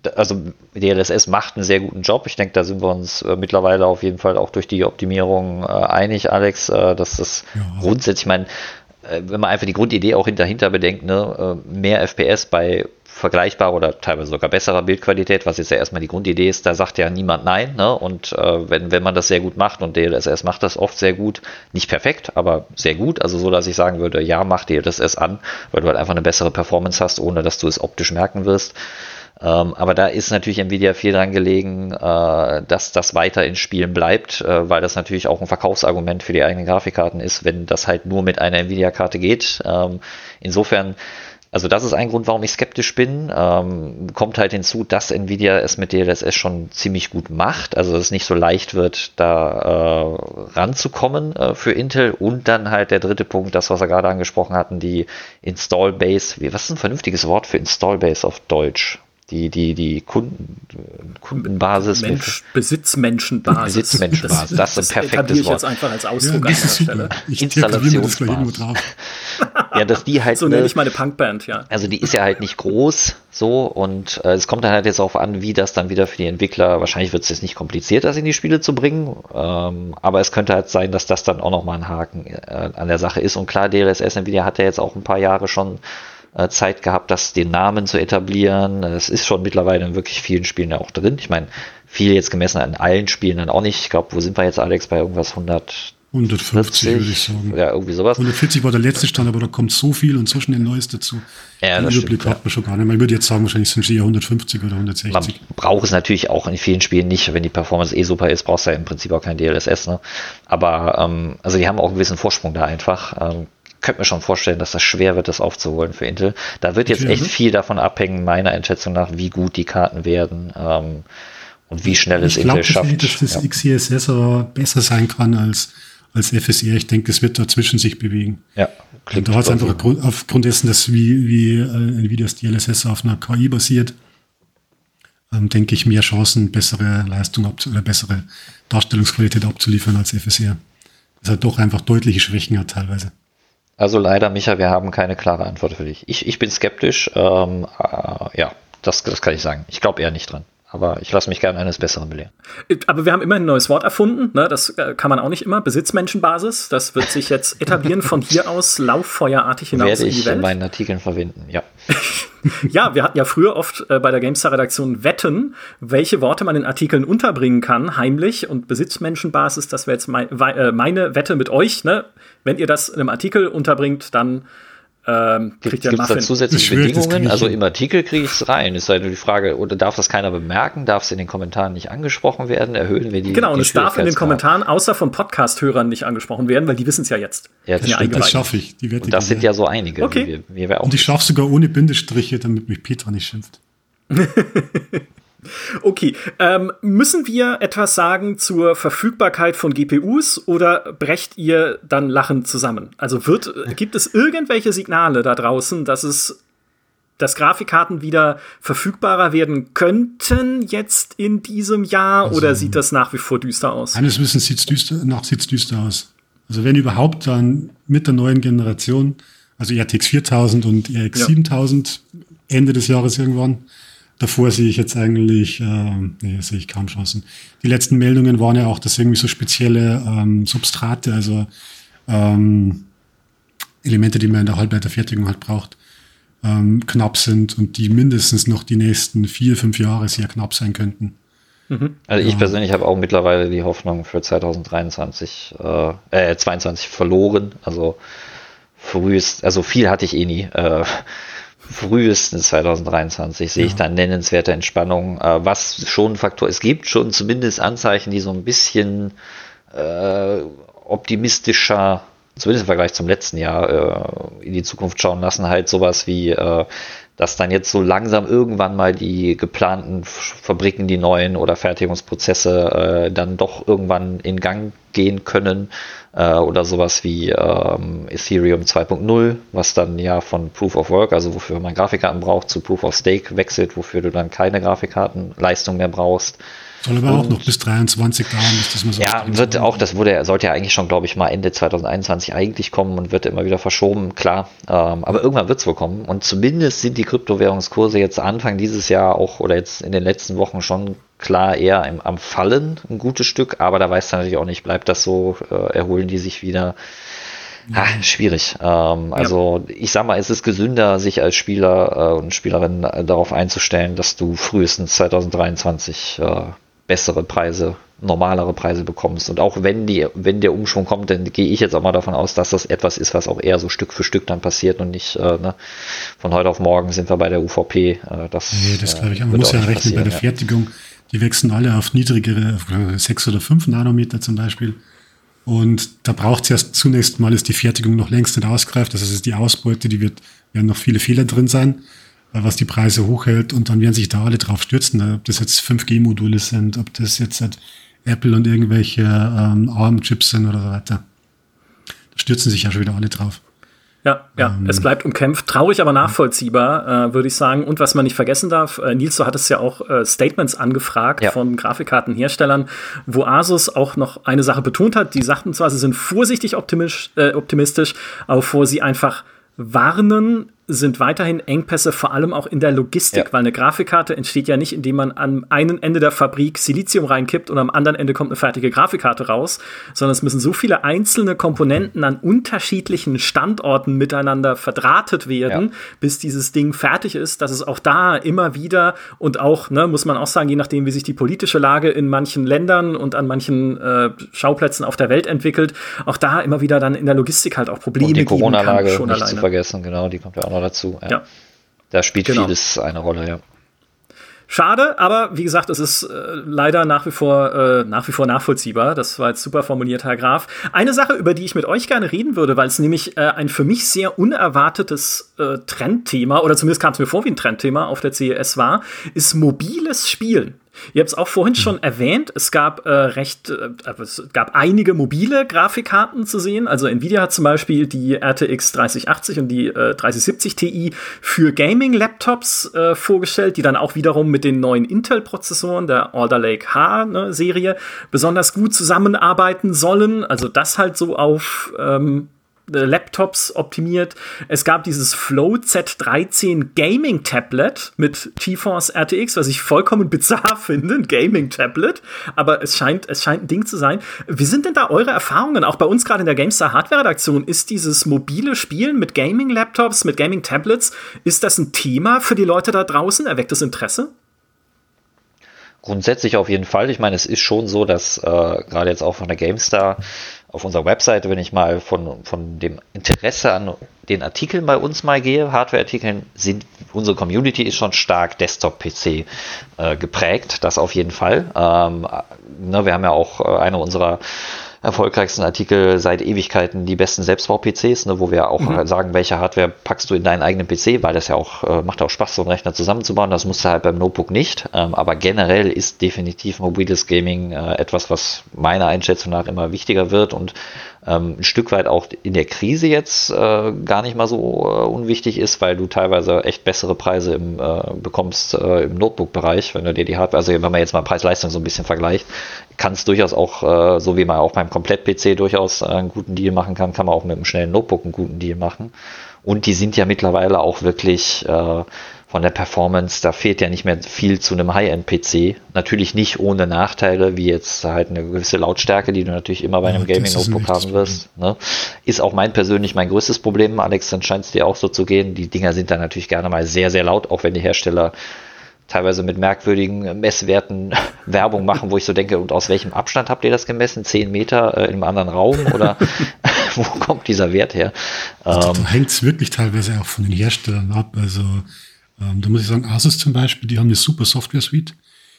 DLSS macht einen sehr guten Job. Ich denke, da sind wir uns mittlerweile auf jeden Fall auch durch die Optimierung einig, Alex, dass das grundsätzlich, wenn man einfach die Grundidee auch dahinter bedenkt, ne, mehr FPS bei vergleichbarer oder teilweise sogar besserer Bildqualität, was jetzt ja erstmal die Grundidee ist, da sagt ja niemand nein, ne? Und wenn man das sehr gut macht, und DLSS macht das oft sehr gut, nicht perfekt, aber sehr gut, also so, dass ich sagen würde, ja, mach DLSS an, weil du halt einfach eine bessere Performance hast, ohne dass du es optisch merken wirst. Aber da ist natürlich Nvidia viel dran gelegen, dass das weiter in Spielen bleibt, weil das natürlich auch ein Verkaufsargument für die eigenen Grafikkarten ist, wenn das halt nur mit einer Nvidia-Karte geht. Insofern, also das ist ein Grund, warum ich skeptisch bin. Kommt halt hinzu, dass Nvidia es mit DLSS schon ziemlich gut macht, also dass es nicht so leicht wird, da ranzukommen für Intel. Und dann halt der dritte Punkt, das, was wir gerade angesprochen hatten, die Install-Base. Was ist ein vernünftiges Wort für Install-Base auf Deutsch? Die Kundenbasis. Besitzmenschenbasis. Besitzmenschenbasis, das ist ein perfektes Wort. Ich jetzt einfach als Ausdruck an dieser Stelle. Installationsbasis. Ja, dass die halt. So nenne ich meine Punkband, ja. Also die ist ja halt nicht groß, so, und es kommt dann halt jetzt auch an, wie das dann wieder für die Entwickler, wahrscheinlich wird es jetzt nicht kompliziert, das in die Spiele zu bringen, aber es könnte halt sein, dass das dann auch nochmal ein Haken an der Sache ist. Und klar, DLSS Nvidia hat ja jetzt auch ein paar Jahre schon Zeit gehabt, den Namen zu etablieren. Es ist schon mittlerweile in wirklich vielen Spielen ja auch drin. Ich meine, viel jetzt gemessen an allen Spielen dann auch nicht. Ich glaube, wo sind wir jetzt, Alex, bei irgendwas 150 würde ich sagen. Ja, irgendwie sowas. 140 war der letzte Stand, aber da kommt so viel und so schnell Neues dazu. Ja, den Überblick hat man schon gar nicht. Man würde jetzt sagen, wahrscheinlich sind es eher 150 oder 160. Man braucht es natürlich auch in vielen Spielen nicht. Wenn die Performance super ist, brauchst du ja im Prinzip auch kein DLSS. Ne? Aber also die haben auch einen gewissen Vorsprung da einfach. Könnte mir schon vorstellen, dass das schwer wird, das aufzuholen für Intel. Da wird jetzt echt viel davon abhängen, meiner Einschätzung nach, wie gut die Karten werden und wie schnell es Intel schafft. Ich glaube, dass das XeSS aber besser sein kann als FSR. Ich denke, es wird dazwischen sich bewegen. Ja, klingt. Da hat es einfach aufgrund dessen, dass wie Nvidias DLSS auf einer KI basiert, denke ich, mehr Chancen, bessere Leistung oder bessere Darstellungsqualität abzuliefern als FSR. Das hat doch einfach deutliche Schwächen hat teilweise. Also leider, Micha, wir haben keine klare Antwort für dich. Ich bin skeptisch. Ja, das kann ich sagen. Ich glaube eher nicht dran. Aber ich lasse mich gerne eines Besseren belehren. Aber wir haben immer ein neues Wort erfunden. Ne? Das kann man auch nicht immer. Besitzmenschenbasis. Das wird sich jetzt etablieren von hier aus lauffeuerartig hinaus werde in die Welt. Werde ich in meinen Artikeln verwenden, ja. Ja, wir hatten ja früher oft bei der GameStar-Redaktion Wetten, welche Worte man in Artikeln unterbringen kann, heimlich. Und Besitzmenschenbasis, das wäre jetzt meine Wette mit euch. Ne? Wenn ihr das in einem Artikel unterbringt, dann kriegt ihr einen Muffin. Gibt es da zusätzliche Bedingungen? Also im Artikel kriege ich es rein. Ist halt nur die Frage, oder darf das keiner bemerken? Darf es in den Kommentaren nicht angesprochen werden? Erhöhen wir die Genau, und es darf in den Kommentaren außer von Podcast-Hörern nicht angesprochen werden, weil die wissen es ja jetzt. Ja, das schaffe ich. Und das sind ja so einige. Okay. Und ich schaffe sogar ohne Bindestriche, damit mich Petra nicht schimpft. Okay, müssen wir etwas sagen zur Verfügbarkeit von GPUs oder brecht ihr dann lachend zusammen? Also gibt es irgendwelche Signale da draußen, dass Grafikkarten wieder verfügbarer werden könnten jetzt in diesem Jahr, oder sieht das nach wie vor düster aus? Eines Wissens sieht's düster aus. Also wenn überhaupt, dann mit der neuen Generation, also RTX 4000 und RX 7000 Ende des Jahres irgendwann. Davor sehe ich jetzt eigentlich, sehe ich kaum Chancen. Die letzten Meldungen waren ja auch, dass irgendwie so spezielle Substrate, also Elemente, die man in der Halbleiterfertigung halt braucht, knapp sind und die mindestens noch die nächsten 4-5 Jahre sehr knapp sein könnten. Also ich persönlich habe auch mittlerweile die Hoffnung für 22 verloren. Also viel hatte ich eh nie. Frühestens 2023 sehe ich da nennenswerte Entspannung, was schon ein Faktor, es gibt schon zumindest Anzeichen, die so ein bisschen optimistischer, zumindest im Vergleich zum letzten Jahr, in die Zukunft schauen lassen, halt sowas wie, dass dann jetzt so langsam irgendwann mal die geplanten Fabriken, die neuen oder Fertigungsprozesse dann doch irgendwann in Gang gehen können, oder sowas wie Ethereum 2.0, was dann ja von Proof of Work, also wofür man Grafikkarten braucht, zu Proof of Stake wechselt, wofür du dann keine Grafikkartenleistung mehr brauchst. Soll aber auch noch bis 23 dauern, bis das mal so. Ja, sollte ja eigentlich schon, glaube ich, mal Ende 2021 eigentlich kommen und wird immer wieder verschoben, klar. Aber irgendwann wird es wohl kommen. Und zumindest sind die Kryptowährungskurse jetzt Anfang dieses Jahr auch oder jetzt in den letzten Wochen schon klar eher am Fallen, ein gutes Stück. Aber da weißt du natürlich auch nicht, bleibt das so, erholen die sich wieder. Schwierig. Also ich sag mal, es ist gesünder, sich als Spieler und Spielerin darauf einzustellen, dass du frühestens 2023 bessere Preise, normalere Preise bekommst. Und auch wenn der Umschwung kommt, dann gehe ich jetzt auch mal davon aus, dass das etwas ist, was auch eher so Stück für Stück dann passiert und nicht von heute auf morgen sind wir bei der UVP. Das glaube ich. Man muss ja rechnen bei der Fertigung. Die wechseln alle auf niedrigere, auf 6 oder 5 Nanometer zum Beispiel. Und da braucht es erst zunächst mal, ist die Fertigung noch längst nicht ausgereift. Das heißt, die Ausbeute, werden noch viele Fehler drin sein, was die Preise hochhält. Und dann werden sich da alle drauf stürzen, ob das jetzt 5G-Module sind, ob das jetzt Apple und irgendwelche ARM-Chips sind oder so weiter. Da stürzen sich ja schon wieder alle drauf. Ja, es bleibt umkämpft, traurig, aber nachvollziehbar, würde ich sagen. Und was man nicht vergessen darf, Nils, du hattest ja auch Statements angefragt von Grafikkartenherstellern, wo Asus auch noch eine Sache betont hat. Die sagten zwar, sie sind vorsichtig optimistisch, aber bevor sie einfach warnen, sind weiterhin Engpässe, vor allem auch in der Logistik, weil eine Grafikkarte entsteht ja nicht, indem man am einen Ende der Fabrik Silizium reinkippt und am anderen Ende kommt eine fertige Grafikkarte raus, sondern es müssen so viele einzelne Komponenten an unterschiedlichen Standorten miteinander verdrahtet werden, bis dieses Ding fertig ist, dass es auch da immer wieder und auch, muss man auch sagen, je nachdem, wie sich die politische Lage in manchen Ländern und an manchen Schauplätzen auf der Welt entwickelt, auch da immer wieder dann in der Logistik halt auch Probleme geben kann. Und die Corona-Lage schon nicht alleine zu vergessen, genau, die kommt ja auch noch dazu. Ja. Da spielt vieles eine Rolle, ja. Schade, aber wie gesagt, es ist leider nach wie vor nachvollziehbar. Das war jetzt super formuliert, Herr Graf. Eine Sache, über die ich mit euch gerne reden würde, weil es nämlich ein für mich sehr unerwartetes Trendthema, oder zumindest kam es mir vor wie ein Trendthema auf der CES war, ist mobiles Spielen. Ihr habt es auch vorhin schon erwähnt, es gab einige mobile Grafikkarten zu sehen. Also Nvidia hat zum Beispiel die RTX 3080 und die 3070 Ti für Gaming-Laptops vorgestellt, die dann auch wiederum mit den neuen Intel-Prozessoren der Alder Lake H-Serie besonders gut zusammenarbeiten sollen. Also das halt so auf Laptops optimiert. Es gab dieses Flow Z13 Gaming Tablet mit GeForce RTX, was ich vollkommen bizarr finde, ein Gaming Tablet, aber es scheint ein Ding zu sein. Wie sind denn da eure Erfahrungen? Auch bei uns gerade in der GameStar Hardware Redaktion, ist dieses mobile Spielen mit Gaming Laptops, mit Gaming Tablets, ist das ein Thema für die Leute da draußen? Erweckt das Interesse? Grundsätzlich auf jeden Fall. Ich meine, es ist schon so, dass gerade jetzt auch von der GameStar auf unserer Webseite, wenn ich mal von dem Interesse an den Artikeln bei uns mal gehe, Hardware-Artikeln, unsere Community ist schon stark Desktop-PC geprägt, das auf jeden Fall. Wir haben ja auch eine unserer erfolgreichsten Artikel seit Ewigkeiten die besten Selbstbau-PCs, wo wir auch sagen, welche Hardware packst du in deinen eigenen PC, weil das ja auch macht auch Spaß, so einen Rechner zusammenzubauen. Das musst du halt beim Notebook nicht. Aber generell ist definitiv mobiles Gaming etwas, was meiner Einschätzung nach immer wichtiger wird und ein Stück weit auch in der Krise jetzt gar nicht mal so unwichtig ist, weil du teilweise echt bessere Preise bekommst im Notebook-Bereich, wenn du dir die Hardware, also wenn man jetzt mal Preis-Leistung so ein bisschen vergleicht, kann es durchaus auch, so wie man auch beim Komplett-PC durchaus einen guten Deal machen kann man auch mit einem schnellen Notebook einen guten Deal machen. Und die sind ja mittlerweile auch wirklich von der Performance, da fehlt ja nicht mehr viel zu einem High-End-PC. Natürlich nicht ohne Nachteile, wie jetzt halt eine gewisse Lautstärke, die du natürlich immer bei einem Gaming-Notebook haben wirst. Ne? Ist auch mein größtes Problem, Alex, dann scheint es dir auch so zu gehen. Die Dinger sind dann natürlich gerne mal sehr, sehr laut, auch wenn die Hersteller teilweise mit merkwürdigen Messwerten Werbung machen, wo ich so denke, und aus welchem Abstand habt ihr das gemessen? 10 Meter in einem anderen Raum? Oder wo kommt dieser Wert her? Da hängt es wirklich teilweise auch von den Herstellern ab. Also da muss ich sagen, Asus zum Beispiel, die haben eine super Software-Suite,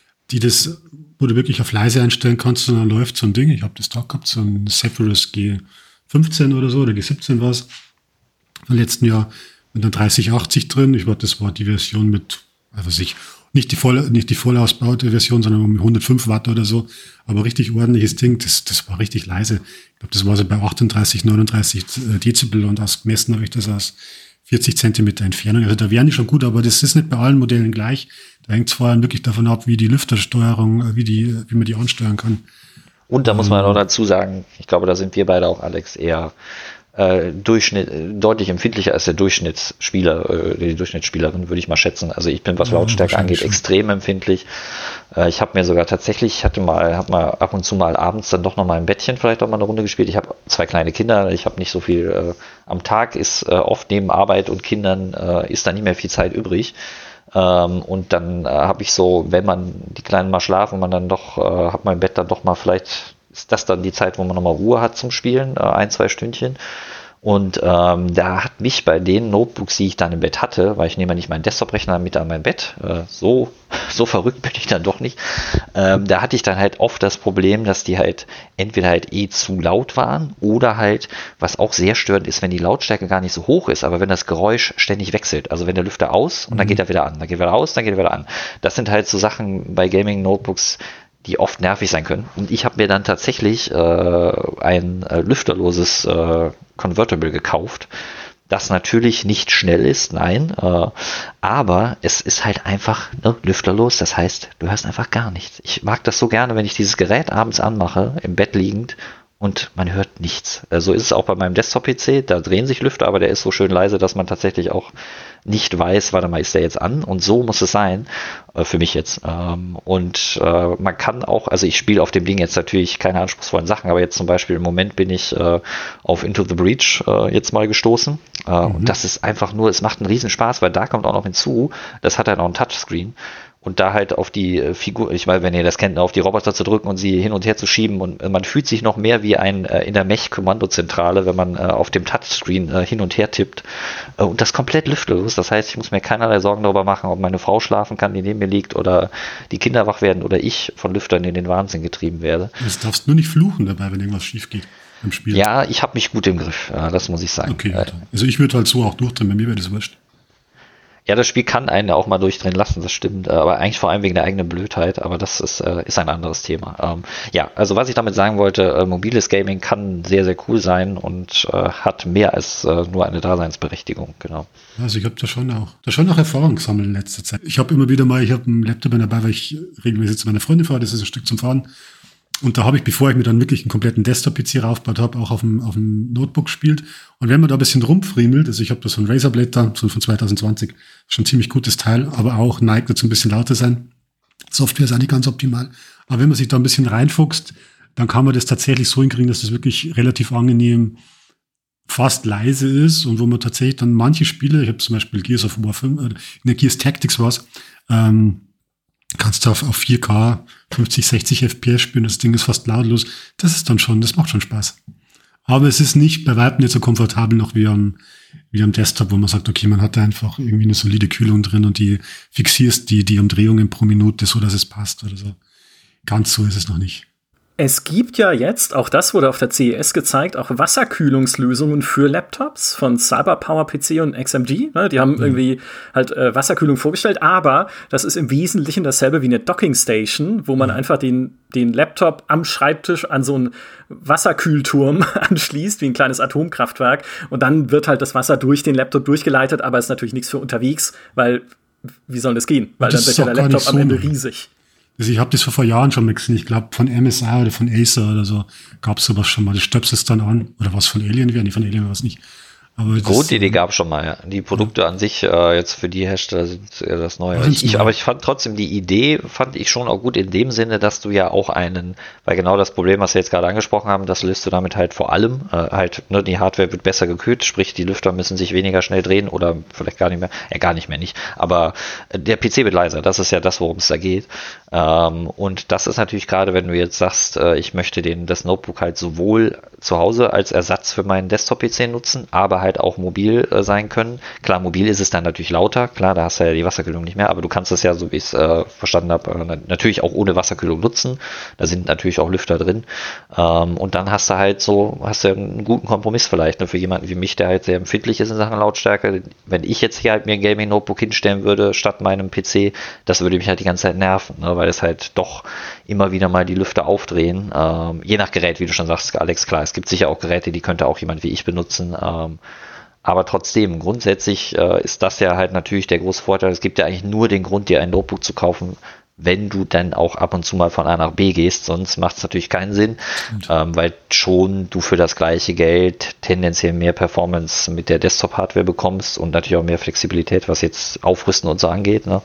wo du wirklich auf leise einstellen kannst und dann läuft so ein Ding. Ich habe das da gehabt, so ein Zephyrus G15 oder so, oder G17 war es vom letzten Jahr, mit einer 3080 drin. Das war die Version mit, nicht die voll ausbaute Version, sondern mit 105 Watt oder so, aber richtig ordentliches Ding, das war richtig leise. Ich glaube, das war so bei 38, 39 Dezibel und gemessen habe ich das aus 40 Zentimeter Entfernung. Also da wären die schon gut, aber das ist nicht bei allen Modellen gleich. Da hängt es vor allem wirklich davon ab, wie die Lüftersteuerung, wie man die ansteuern kann. Und da muss man auch dazu sagen, ich glaube, da sind wir beide auch, Alex, eher deutlich empfindlicher als der Durchschnittsspieler, die Durchschnittsspielerin, würde ich mal schätzen. Also ich bin, was Lautstärke angeht, extrem empfindlich. Ich habe mir sogar tatsächlich, hab mal ab und zu mal abends dann doch noch mal im Bettchen vielleicht auch mal eine Runde gespielt. Ich habe 2 kleine Kinder, ich habe nicht so viel am Tag, ist oft neben Arbeit und Kindern ist da nicht mehr viel Zeit übrig. Und dann habe ich so, wenn man die Kleinen mal schlafen und man dann doch, hat man im Bett dann doch mal vielleicht, ist das dann die Zeit, wo man nochmal Ruhe hat zum Spielen, 1-2 Stündchen. Und da hat mich bei den Notebooks, die ich dann im Bett hatte, weil ich nehme ja nicht meinen Desktop-Rechner mit an mein Bett, so verrückt bin ich dann doch nicht, da hatte ich dann halt oft das Problem, dass die halt entweder halt zu laut waren oder halt, was auch sehr störend ist, wenn die Lautstärke gar nicht so hoch ist, aber wenn das Geräusch ständig wechselt, also wenn der Lüfter aus und dann geht er wieder an, dann geht er wieder aus, dann geht er wieder an. Das sind halt so Sachen bei Gaming-Notebooks, die oft nervig sein können. Und ich habe mir dann tatsächlich ein lüfterloses Convertible gekauft, das natürlich nicht schnell ist, nein, aber es ist halt einfach lüfterlos, das heißt, du hörst einfach gar nichts. Ich mag das so gerne, wenn ich dieses Gerät abends anmache, im Bett liegend, und man hört nichts. So ist es auch bei meinem Desktop-PC, da drehen sich Lüfter, aber der ist so schön leise, dass man tatsächlich auch nicht weiß, warte mal, ist der jetzt an? Und so muss es sein, für mich jetzt. Und man kann auch, also ich spiele auf dem Ding jetzt natürlich keine anspruchsvollen Sachen, aber jetzt zum Beispiel im Moment bin ich auf Into the Breach jetzt mal gestoßen. Und das ist einfach nur, es macht einen Riesenspaß, weil da kommt auch noch hinzu, das hat halt noch ein Touchscreen. Und da halt auf die Figur, ich meine, wenn ihr das kennt, auf die Roboter zu drücken und sie hin und her zu schieben, und man fühlt sich noch mehr wie ein in der Mech-Kommandozentrale, wenn man auf dem Touchscreen hin und her tippt. Und das komplett lüfterlos. Das heißt, ich muss mir keinerlei Sorgen darüber machen, ob meine Frau schlafen kann, die neben mir liegt, oder die Kinder wach werden oder ich von Lüftern in den Wahnsinn getrieben werde. Du darfst nur nicht fluchen dabei, wenn irgendwas schief geht im Spiel. Ja, ich habe mich gut im Griff, das muss ich sagen. Okay, also ich würde halt so auch durchdrehen, bei mir wäre das wurscht. Ja, das Spiel kann einen auch mal durchdrehen lassen, das stimmt, aber eigentlich vor allem wegen der eigenen Blödheit, aber das ist ein anderes Thema. Ja, also was ich damit sagen wollte, mobiles Gaming kann sehr, sehr cool sein und hat mehr als nur eine Daseinsberechtigung, genau. Also ich habe da schon noch Erfahrung gesammelt in letzter Zeit. Ich habe immer wieder mal, ich habe einen Laptop dabei, weil ich regelmäßig zu meiner Freundin fahre, das ist ein Stück zum Fahren. Und da habe ich, bevor ich mir dann wirklich einen kompletten Desktop-PC raufgebaut habe, auch auf dem Notebook gespielt. Und wenn man da ein bisschen rumfriemelt, also ich habe da so ein Razer Blade da, so von 2020, schon ein ziemlich gutes Teil, aber auch neigt dazu ein bisschen lauter sein. Software ist auch nicht ganz optimal. Aber wenn man sich da ein bisschen reinfuchst, dann kann man das tatsächlich so hinkriegen, dass das wirklich relativ angenehm fast leise ist und wo man tatsächlich dann manche Spiele, ich habe zum Beispiel Gears of War 5, in der Gears Tactics war's, kannst du auf 4K 50, 60 FPS spielen, das Ding ist fast lautlos. Das macht schon Spaß. Aber es ist nicht bei weitem nicht so komfortabel noch wie am Desktop, wo man sagt, okay, man hat da einfach irgendwie eine solide Kühlung drin und die fixierst die Umdrehungen pro Minute so, dass es passt oder so. Ganz so ist es noch nicht. Es gibt ja jetzt, auch das wurde auf der CES gezeigt, auch Wasserkühlungslösungen für Laptops von CyberPower PC und XMG. Die haben irgendwie halt Wasserkühlung vorgestellt, aber das ist im Wesentlichen dasselbe wie eine Dockingstation, wo man einfach den Laptop am Schreibtisch an so einen Wasserkühlturm anschließt, wie ein kleines Atomkraftwerk. Und dann wird halt das Wasser durch den Laptop durchgeleitet, aber ist natürlich nichts für unterwegs, weil wie soll das gehen? Weil dann wird ja der Laptop am Ende riesig. Also ich habe das vor Jahren schon mal gesehen. Ich glaube, von MSI oder von Acer oder so gab es sowas schon mal. Das stöpselst dann an. Oder was von Alienware? Nee, von Alienware war es nicht. Aber Grundidee gab es schon mal, ja. Die Produkte an sich, jetzt für die Hersteller sind das Neue. Aber ich fand trotzdem die Idee, fand ich schon auch gut in dem Sinne, dass du ja auch weil genau das Problem, was wir jetzt gerade angesprochen haben, das löst du damit halt vor allem, die Hardware wird besser gekühlt, sprich die Lüfter müssen sich weniger schnell drehen oder vielleicht gar nicht mehr, aber der PC wird leiser, das ist ja das, worum es da geht. Und das ist natürlich gerade, wenn du jetzt sagst, ich möchte das Notebook halt sowohl zu Hause als Ersatz für meinen Desktop-PC nutzen, aber halt auch mobil sein können. Klar, mobil ist es dann natürlich lauter, klar, da hast du ja die Wasserkühlung nicht mehr, aber du kannst es ja, so wie ich es verstanden habe, natürlich auch ohne Wasserkühlung nutzen. Da sind natürlich auch Lüfter drin. Und dann hast du einen guten Kompromiss vielleicht, für jemanden wie mich, der halt sehr empfindlich ist in Sachen Lautstärke. Wenn ich jetzt hier halt mir ein Gaming-Notebook hinstellen würde, statt meinem PC, das würde mich halt die ganze Zeit nerven, weil es halt doch immer wieder mal die Lüfter aufdrehen. Je nach Gerät, wie du schon sagst, Alex, klar, es gibt sicher auch Geräte, die könnte auch jemand wie ich benutzen. Aber trotzdem, grundsätzlich ist das ja halt natürlich der große Vorteil. Es gibt ja eigentlich nur den Grund, dir ein Notebook zu kaufen, wenn du dann auch ab und zu mal von A nach B gehst, sonst macht es natürlich keinen Sinn, weil schon du für das gleiche Geld tendenziell mehr Performance mit der Desktop-Hardware bekommst und natürlich auch mehr Flexibilität, was jetzt Aufrüsten und so angeht, ne?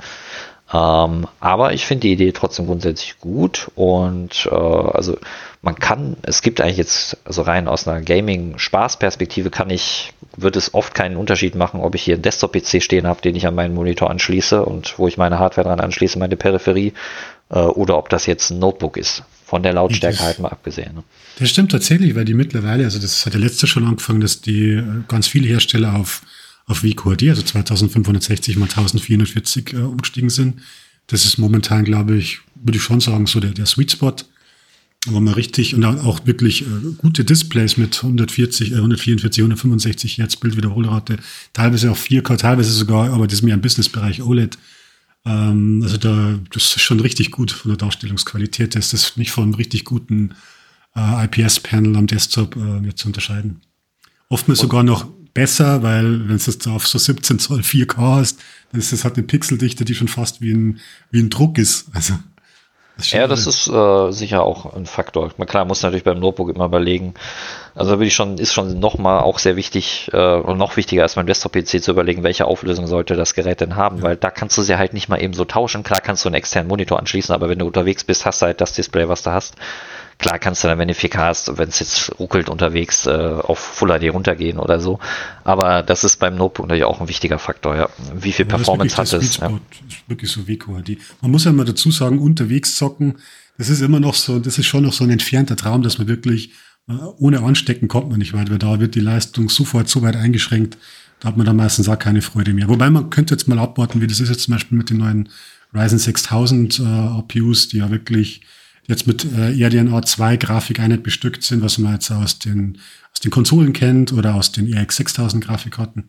Aber ich finde die Idee trotzdem grundsätzlich gut und also es gibt eigentlich jetzt, also rein aus einer Gaming-Spaß-Perspektive wird es oft keinen Unterschied machen, ob ich hier einen Desktop-PC stehen habe, den ich an meinen Monitor anschließe und wo ich meine Hardware dran anschließe, meine Peripherie, oder ob das jetzt ein Notebook ist. Von der Lautstärke halt mal abgesehen. Ne? Das stimmt tatsächlich, weil die mittlerweile, also das hat der letzte schon angefangen, dass die ganz viele Hersteller auf VQHD, also 2560 mal 1440 umgestiegen sind. Das ist momentan, glaube ich, würde ich schon sagen, so der Sweet Spot, wo man richtig und auch wirklich gute Displays mit 144, 165 Hertz Bildwiederholrate, teilweise auch 4K, teilweise sogar, aber das ist mehr im Businessbereich OLED. Also das ist schon richtig gut von der Darstellungsqualität. Das ist nicht von einem richtig guten IPS-Panel am Desktop jetzt zu unterscheiden. Oftmals sogar noch besser, weil wenn es jetzt auf so 17 Zoll 4K hast, dann ist das halt eine Pixeldichte, die schon fast wie ein Druck ist. Also das ist sicher auch ein Faktor. Klar, muss natürlich beim Notebook immer überlegen. Also ist schon nochmal auch sehr wichtig und noch wichtiger als beim Desktop-PC zu überlegen, welche Auflösung sollte das Gerät denn haben, weil da kannst du sie halt nicht mal eben so tauschen. Klar kannst du einen externen Monitor anschließen, aber wenn du unterwegs bist, hast du halt das Display, was du hast. Klar kannst du dann, wenn du 4K hast, wenn es jetzt ruckelt unterwegs, auf Full HD runtergehen oder so. Aber das ist beim Notebook natürlich auch ein wichtiger Faktor, ja. Wie viel Performance hat es? Ja. Das ist wirklich so WQHD. Man muss ja mal dazu sagen, unterwegs zocken, das ist immer noch so, das ist schon noch so ein entfernter Traum, dass man wirklich, ohne Anstecken kommt man nicht weit, weil da wird die Leistung sofort so weit eingeschränkt, da hat man dann meistens auch keine Freude mehr. Wobei man könnte jetzt mal abwarten, wie das ist jetzt zum Beispiel mit den neuen Ryzen 6000 APUs, die ja wirklich jetzt mit RDNA 2 Grafikeinheit bestückt sind, was man jetzt aus den Konsolen kennt oder aus den RX 6000 Grafikkarten.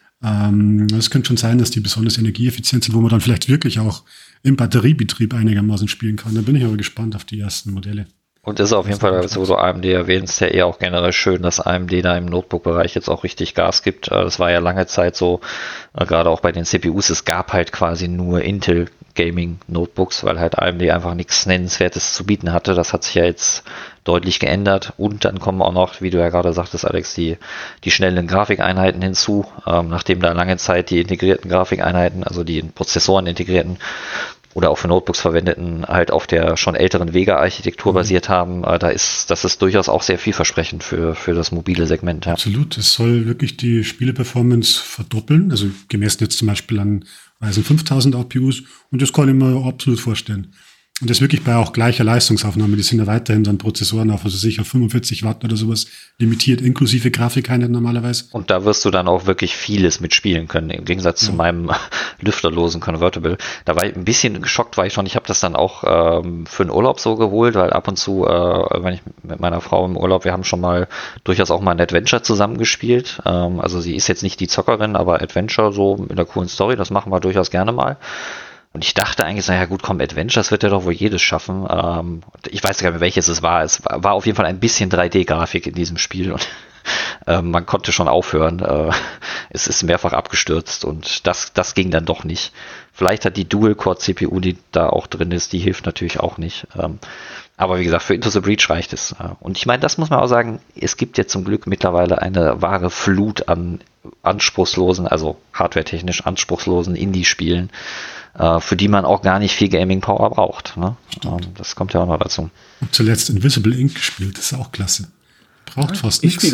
Es könnte schon sein, dass die besonders energieeffizient sind, wo man dann vielleicht wirklich auch im Batteriebetrieb einigermaßen spielen kann. Da bin ich aber gespannt auf die ersten Modelle. Und das ist auf jeden Fall, wo du AMD erwähnst, ja eher auch generell schön, dass AMD da im Notebook-Bereich jetzt auch richtig Gas gibt. Das war ja lange Zeit so, gerade auch bei den CPUs, es gab halt quasi nur Intel Gaming Notebooks, weil halt AMD einfach nichts Nennenswertes zu bieten hatte. Das hat sich ja jetzt deutlich geändert. Und dann kommen auch noch, wie du ja gerade sagtest, Alex, die schnellen Grafikeinheiten hinzu, nachdem da lange Zeit die integrierten Grafikeinheiten, also die in Prozessoren integrierten, oder auch für Notebooks verwendeten, halt auf der schon älteren Vega-Architektur basiert haben. Das ist durchaus auch sehr vielversprechend für das mobile Segment. Ja. Absolut. Es soll wirklich die Spieleperformance verdoppeln, also gemessen jetzt zum Beispiel an Ryzen 5000 APUs, und das kann ich mir absolut vorstellen. Und das wirklich bei auch gleicher Leistungsaufnahme. Die sind ja weiterhin dann Prozessoren auf, also sicher 45 Watt oder sowas limitiert, inklusive Grafikeinheit normalerweise. Und da wirst du dann auch wirklich vieles mitspielen können, im Gegensatz zu meinem lüfterlosen Convertible. Da war ich ein bisschen geschockt, war ich schon. Ich habe das dann auch für den Urlaub so geholt, weil ab und zu, wenn ich mit meiner Frau im Urlaub, wir haben schon mal durchaus auch mal ein Adventure zusammengespielt. Also sie ist jetzt nicht die Zockerin, aber Adventure so mit einer coolen Story, das machen wir durchaus gerne mal. Und ich dachte eigentlich, naja gut, komm, Adventures wird ja doch wohl jedes schaffen. Ich weiß gar nicht mehr, welches es war. Es war auf jeden Fall ein bisschen 3D-Grafik in diesem Spiel und man konnte schon aufhören. Es ist mehrfach abgestürzt und das ging dann doch nicht. Vielleicht hat die Dual-Core-CPU, die da auch drin ist, die hilft natürlich auch nicht. Aber wie gesagt, für Into the Breach reicht es. Und ich meine, das muss man auch sagen, es gibt ja zum Glück mittlerweile eine wahre Flut an anspruchslosen, also hardwaretechnisch anspruchslosen Indie-Spielen, für die man auch gar nicht viel Gaming-Power braucht. Ne? Das kommt ja auch noch dazu. Und zuletzt Invisible Ink gespielt, das ist auch klasse. Braucht fast nichts.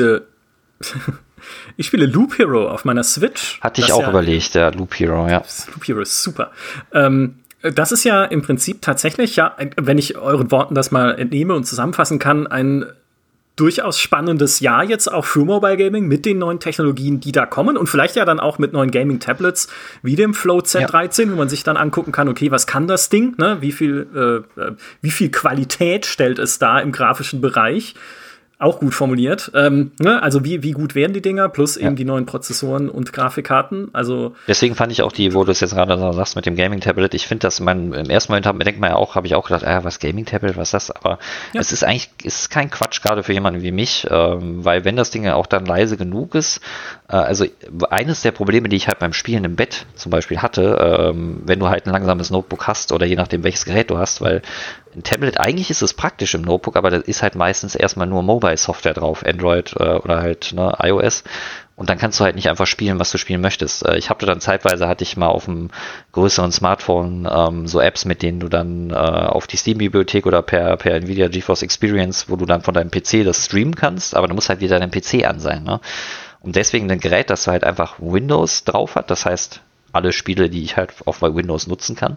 Ich spiele Loop Hero auf meiner Switch. Hatte ich auch überlegt, der Loop Hero, ja. Loop Hero ist super. Das ist ja im Prinzip tatsächlich, ja, wenn ich euren Worten das mal entnehme und zusammenfassen kann, ein durchaus spannendes Jahr jetzt auch für Mobile Gaming mit den neuen Technologien, die da kommen und vielleicht ja dann auch mit neuen Gaming-Tablets wie dem Float Z13, wo man sich dann angucken kann, okay, was kann das Ding, ne? Wie viel Qualität stellt es da im grafischen Bereich? Auch gut formuliert. Ne? Also wie gut werden die Dinger, plus eben die neuen Prozessoren und Grafikkarten. Also deswegen fand ich auch wo du es jetzt gerade sagst mit dem Gaming-Tablet, ich finde, dass im ersten Moment denkt man ja auch, habe ich auch gedacht, was Gaming-Tablet, was ist das? Aber es ist kein Quatsch, gerade für jemanden wie mich, weil wenn das Ding ja auch dann leise genug ist, also eines der Probleme, die ich halt beim Spielen im Bett zum Beispiel hatte, wenn du halt ein langsames Notebook hast oder je nachdem, welches Gerät du hast, weil ein Tablet, eigentlich ist es praktisch im Notebook, aber da ist halt meistens erstmal nur Mobile-Software drauf, Android oder halt iOS. Und dann kannst du halt nicht einfach spielen, was du spielen möchtest. Ich hatte dann zeitweise, hatte ich mal auf einem größeren Smartphone so Apps, mit denen du dann auf die Steam-Bibliothek oder per Nvidia GeForce Experience, wo du dann von deinem PC das streamen kannst, aber du musst halt wieder dein PC an sein. Ne? Und deswegen ein Gerät, das halt einfach Windows drauf hat, das heißt alle Spiele, die ich halt auf bei Windows nutzen kann,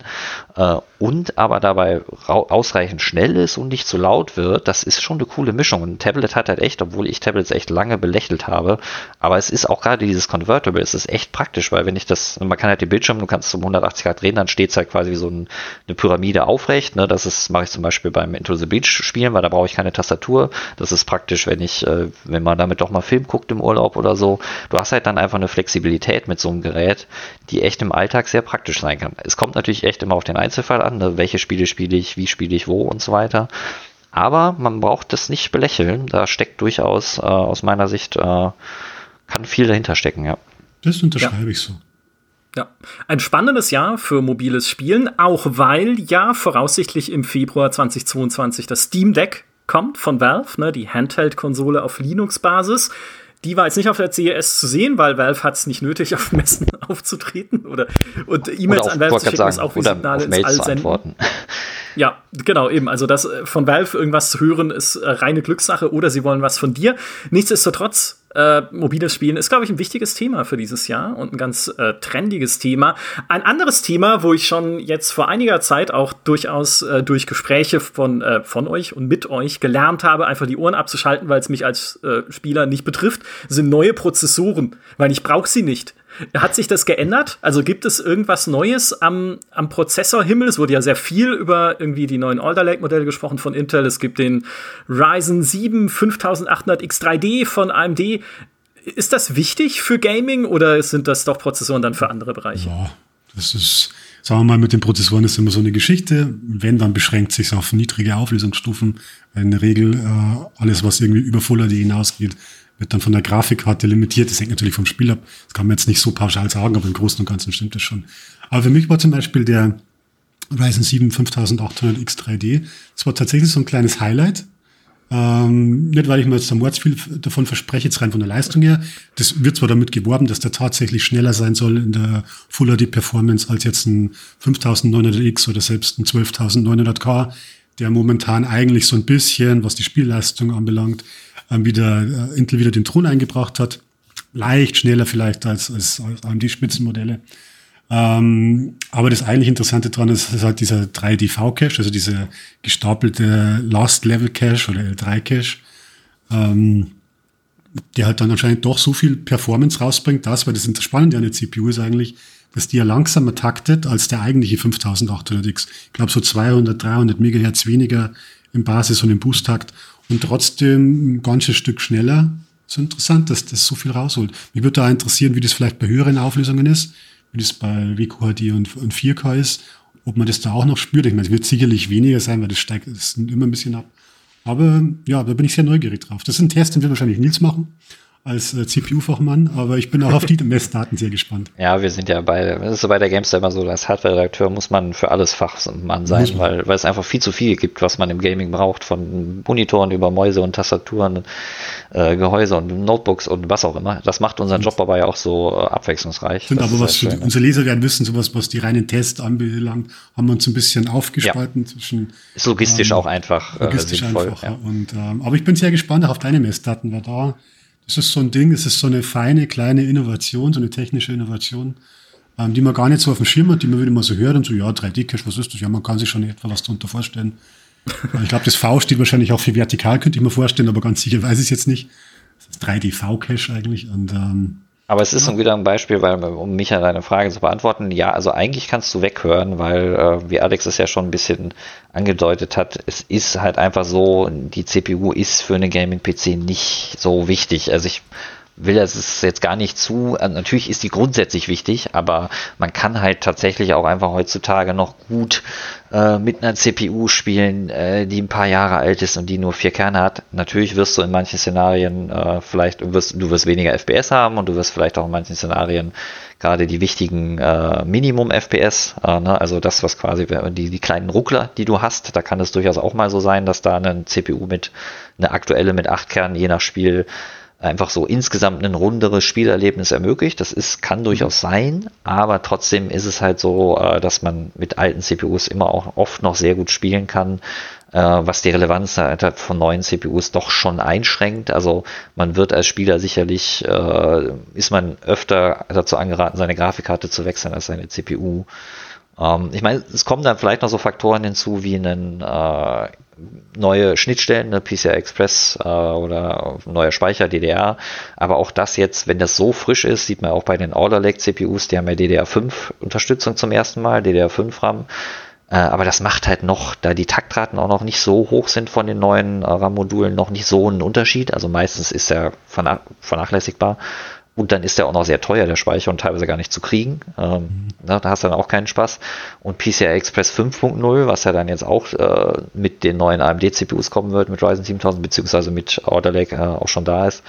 und aber dabei ausreichend schnell ist und nicht zu laut wird, das ist schon eine coole Mischung. Und ein Tablet hat halt echt, obwohl ich Tablets echt lange belächelt habe, aber es ist auch gerade dieses Convertible, es ist echt praktisch, weil wenn ich man kann halt den Bildschirm, du kannst um 180 Grad drehen, dann steht es halt quasi wie so eine Pyramide aufrecht, ne? Das mache ich zum Beispiel beim Into the Beach spielen, weil da brauche ich keine Tastatur. Das ist praktisch, wenn man damit doch mal Film guckt im Urlaub oder so. Du hast halt dann einfach eine Flexibilität mit so einem Gerät, die echt im Alltag sehr praktisch sein kann. Es kommt natürlich echt immer auf den Einzelfall an, ne? Welche Spiele spiele ich, wie spiele ich wo und so weiter. Aber man braucht das nicht belächeln. Da steckt durchaus, aus meiner Sicht, kann viel dahinter stecken, ja. Das unterschreibe ich so. Ja, ein spannendes Jahr für mobiles Spielen, auch weil ja voraussichtlich im Februar 2022 das Steam Deck kommt von Valve, ne? Die Handheld-Konsole auf Linux-Basis. Die war jetzt nicht auf der CES zu sehen, weil Valve hat es nicht nötig, auf Messen aufzutreten und E-Mails an Valve zu schicken, ist auch wie Signale ins All senden. Ja, genau, eben. Also das von Valve irgendwas zu hören, ist reine Glückssache oder sie wollen was von dir. Nichtsdestotrotz, mobiles Spielen ist, glaube ich, ein wichtiges Thema für dieses Jahr und ein ganz trendiges Thema. Ein anderes Thema, wo ich schon jetzt vor einiger Zeit auch durchaus durch Gespräche von euch und mit euch gelernt habe, einfach die Ohren abzuschalten, weil es mich als Spieler nicht betrifft, sind neue Prozessoren, weil ich brauche sie nicht. Hat sich das geändert? Also gibt es irgendwas Neues am Prozessorhimmel? Es wurde ja sehr viel über irgendwie die neuen Alder Lake-Modelle gesprochen von Intel. Es gibt den Ryzen 7 5800 X3D von AMD. Ist das wichtig für Gaming oder sind das doch Prozessoren dann für andere Bereiche? Ja, das ist, sagen wir mal, mit den Prozessoren ist immer so eine Geschichte. Wenn, dann beschränkt sich auf niedrige Auflösungsstufen. In der Regel alles, was irgendwie über Full HD hinausgeht, wird dann von der Grafikkarte limitiert. Das hängt natürlich vom Spiel ab. Das kann man jetzt nicht so pauschal sagen, aber im Großen und Ganzen stimmt das schon. Aber für mich war zum Beispiel der Ryzen 7 5800 X3D, das war tatsächlich so ein kleines Highlight. Nicht, weil ich mir jetzt am Mordsviel davon verspreche, jetzt rein von der Leistung her. Das wird zwar damit geworben, dass der tatsächlich schneller sein soll in der Full HD Performance als jetzt ein 5900X oder selbst ein 12900K, der momentan eigentlich so ein bisschen, was die Spielleistung anbelangt, Intel wieder den Thron eingebracht hat. Leicht schneller vielleicht als AMD-Spitzenmodelle. Aber das eigentlich Interessante daran ist halt dieser 3DV-Cache, also dieser gestapelte Last-Level-Cache oder L3-Cache, der halt dann anscheinend doch so viel Performance rausbringt, weil das Spannende an der CPU ist eigentlich, dass die ja langsamer taktet als der eigentliche 5800X. Ich glaube so 200, 300 Megahertz weniger im Basis- und im Boost-Takt und trotzdem ein ganzes Stück schneller. So interessant, dass das so viel rausholt. Mich würde da interessieren, wie das vielleicht bei höheren Auflösungen ist, wie das bei WQHD und 4K ist, ob man das da auch noch spürt. Ich meine, es wird sicherlich weniger sein, weil das nimmt immer ein bisschen ab. Aber ja, da bin ich sehr neugierig drauf. Das ist ein Test, den wird wahrscheinlich Nils machen als CPU-Fachmann, aber ich bin auch auf die Messdaten sehr gespannt. Ja, wir sind ja das ist so bei der GameStar immer so, als Hardware-Redakteur muss man für alles Fachmann sein, weil es einfach viel zu viel gibt, was man im Gaming braucht, von Monitoren über Mäuse und Tastaturen, Gehäuse und Notebooks und was auch immer. Das macht unseren Job aber ja auch so abwechslungsreich. Stimmt, aber unsere Leser werden wissen, sowas, was die reinen Tests anbelangt, haben wir uns ein bisschen aufgespalten zwischen. Ist logistisch auch einfach sinnvoll. Einfach, ja. Aber ich bin sehr gespannt auch auf deine Messdaten, weil das ist so ein Ding, es ist so eine feine, kleine Innovation, so eine technische Innovation, die man gar nicht so auf dem Schirm hat, die man wieder mal so hört und so, ja, 3D-Cache, was ist das? Ja, man kann sich schon etwa was darunter vorstellen. Ich glaube, das V steht wahrscheinlich auch für vertikal, könnte ich mir vorstellen, aber ganz sicher weiß ich es jetzt nicht. Das ist 3D-V-Cache eigentlich. Und Aber es ist dann wieder ein Beispiel, weil, um Micha deine Frage zu beantworten, ja, also eigentlich kannst du weghören, weil, wie Alex es ja schon ein bisschen angedeutet hat, es ist halt einfach so, die CPU ist für eine Gaming-PC nicht so wichtig. Also ich will das jetzt gar nicht natürlich ist die grundsätzlich wichtig, aber man kann halt tatsächlich auch einfach heutzutage noch gut mit einer CPU spielen, die ein paar Jahre alt ist und die nur 4 Kerne hat. Natürlich wirst du in manchen Szenarien du wirst weniger FPS haben und du wirst vielleicht auch in manchen Szenarien gerade die wichtigen Minimum FPS, also das, was quasi die kleinen Ruckler, die du hast, da kann es durchaus auch mal so sein, dass da eine CPU eine aktuelle mit 8 Kernen je nach Spiel einfach so insgesamt ein runderes Spielerlebnis ermöglicht. Kann durchaus sein, aber trotzdem ist es halt so, dass man mit alten CPUs immer auch oft noch sehr gut spielen kann, was die Relevanz von neuen CPUs doch schon einschränkt. Also man wird als Spieler sicherlich, ist man öfter dazu angeraten, seine Grafikkarte zu wechseln als seine CPU. Ich meine, es kommen dann vielleicht noch so Faktoren hinzu wie neue Schnittstellen, eine PCI Express oder neuer Speicher, DDR. Aber auch das jetzt, wenn das so frisch ist, sieht man auch bei den Alder Lake CPUs, die haben ja DDR5 Unterstützung zum ersten Mal, DDR5 RAM. Aber das macht halt noch, da die Taktraten auch noch nicht so hoch sind von den neuen RAM-Modulen, noch nicht so einen Unterschied. Also meistens ist er vernachlässigbar. Und dann ist der auch noch sehr teuer, der Speicher, und teilweise gar nicht zu kriegen. Da hast du dann auch keinen Spaß. Und PCI Express 5.0, was ja dann jetzt auch mit den neuen AMD-CPUs kommen wird, mit Ryzen 7000, beziehungsweise mit Alder Lake auch schon da ist.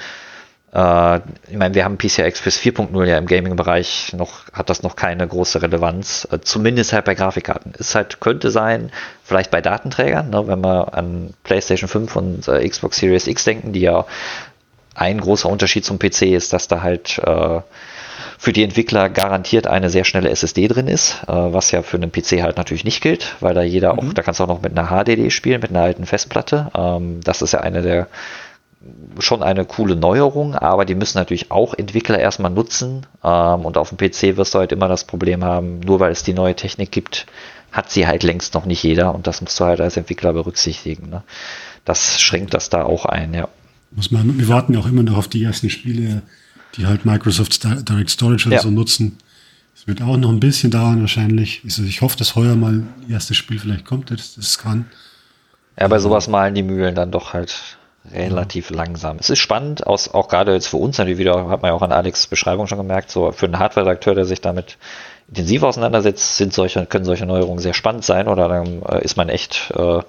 Ich meine, wir haben PCI Express 4.0 ja im Gaming-Bereich hat das noch keine große Relevanz. Zumindest halt bei Grafikkarten. Könnte sein, vielleicht bei Datenträgern, wenn wir an PlayStation 5 und Xbox Series X denken, die ja ein großer Unterschied zum PC ist, dass da halt für die Entwickler garantiert eine sehr schnelle SSD drin ist, was ja für einen PC halt natürlich nicht gilt, weil da da kannst du auch noch mit einer HDD spielen, mit einer alten Festplatte. Das ist ja schon eine coole Neuerung, aber die müssen natürlich auch Entwickler erstmal nutzen, und auf dem PC wirst du halt immer das Problem haben, nur weil es die neue Technik gibt, hat sie halt längst noch nicht jeder, und das musst du halt als Entwickler berücksichtigen. Ne? Das schränkt das da auch ein, ja. Wir warten ja auch immer noch auf die ersten Spiele, die halt Microsoft Direct Storage oder so nutzen. Es wird auch noch ein bisschen dauern wahrscheinlich. Also ich hoffe, dass heuer mal das erste Spiel vielleicht kommt, das kann. Ja, bei sowas malen die Mühlen dann doch halt relativ langsam. Es ist spannend, auch gerade jetzt für uns natürlich wieder, hat man ja auch an Alex' Beschreibung schon gemerkt, so für einen Hardware-Redakteur, der sich damit intensiv auseinandersetzt, können solche Neuerungen sehr spannend sein, oder dann ist man echt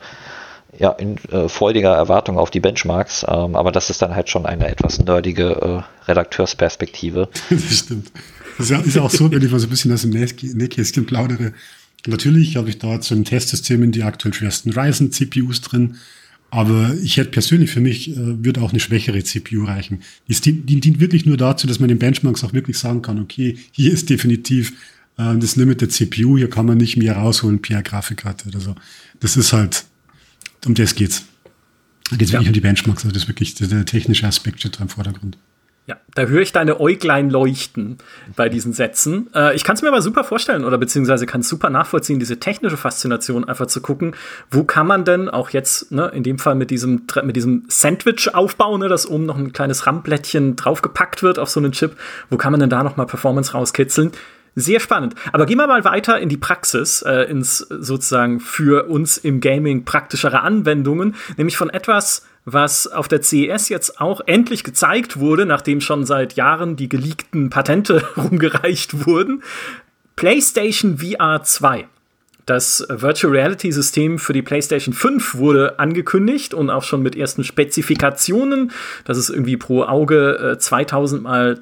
in freudiger Erwartung auf die Benchmarks, aber das ist dann halt schon eine etwas nerdige Redakteursperspektive. Das stimmt. Das ist ja auch so, wenn ich mal so ein bisschen aus dem Nähkästchen plaudere. Natürlich habe ich da zu den Testsystemen die aktuell schwersten Ryzen-CPUs drin, aber ich hätte persönlich für mich, würde auch eine schwächere CPU reichen. Die dient wirklich nur dazu, dass man den Benchmarks auch wirklich sagen kann, okay, hier ist definitiv das Limit der CPU, hier kann man nicht mehr rausholen per Grafikkarte oder so. Das ist halt, um das geht's. Da geht's wirklich um die Benchmarks, also das ist wirklich der technische Aspekt steht da im Vordergrund. Ja, da höre ich deine Äuglein leuchten bei diesen Sätzen. Ich kann es mir aber super vorstellen, oder beziehungsweise kann es super nachvollziehen, diese technische Faszination einfach zu gucken, wo kann man denn auch jetzt, in dem Fall mit diesem Sandwich-Aufbau, das oben noch ein kleines RAM-Blättchen draufgepackt wird auf so einen Chip, wo kann man denn da noch mal Performance rauskitzeln? Sehr spannend. Aber gehen wir mal weiter in die Praxis, ins sozusagen für uns im Gaming praktischere Anwendungen, nämlich von etwas, was auf der CES jetzt auch endlich gezeigt wurde, nachdem schon seit Jahren die geleakten Patente rumgereicht wurden. PlayStation VR 2. Das Virtual Reality System für die PlayStation 5 wurde angekündigt und auch schon mit ersten Spezifikationen, dass es irgendwie pro Auge 2000 mal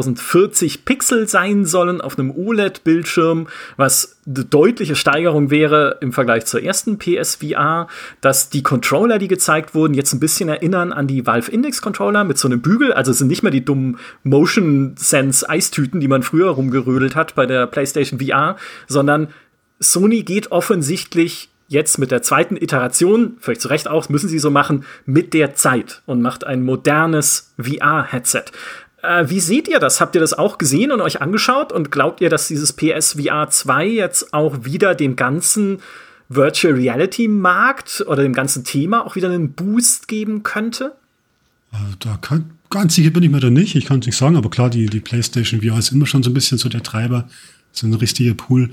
2040 Pixel sein sollen auf einem OLED-Bildschirm, was eine deutliche Steigerung wäre im Vergleich zur ersten PSVR, dass die Controller, die gezeigt wurden, jetzt ein bisschen erinnern an die Valve Index Controller mit so einem Bügel, also es sind nicht mehr die dummen Motion Sense Eistüten, die man früher rumgerödelt hat bei der PlayStation VR, sondern Sony geht offensichtlich jetzt mit der zweiten Iteration, völlig zu Recht auch, müssen sie so machen, mit der Zeit und macht ein modernes VR-Headset. Wie seht ihr das? Habt ihr das auch gesehen und euch angeschaut? Und glaubt ihr, dass dieses PSVR 2 jetzt auch wieder dem ganzen Virtual Reality-Markt oder dem ganzen Thema auch wieder einen Boost geben könnte? Also da Ganz sicher bin ich mir da nicht, ich kann es nicht sagen, aber klar, die PlayStation VR ist immer schon so ein bisschen so der Treiber, so ein richtiger Pool.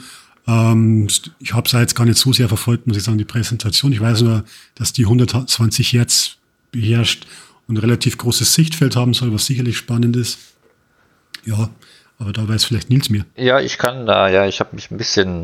Ich habe es jetzt gar nicht so sehr verfolgt, muss ich sagen, die Präsentation. Ich weiß nur, dass die 120 Hertz beherrscht und ein relativ großes Sichtfeld haben soll, was sicherlich spannend ist. Ja, aber da weiß vielleicht Nils mehr. Ja, ich habe mich ein bisschen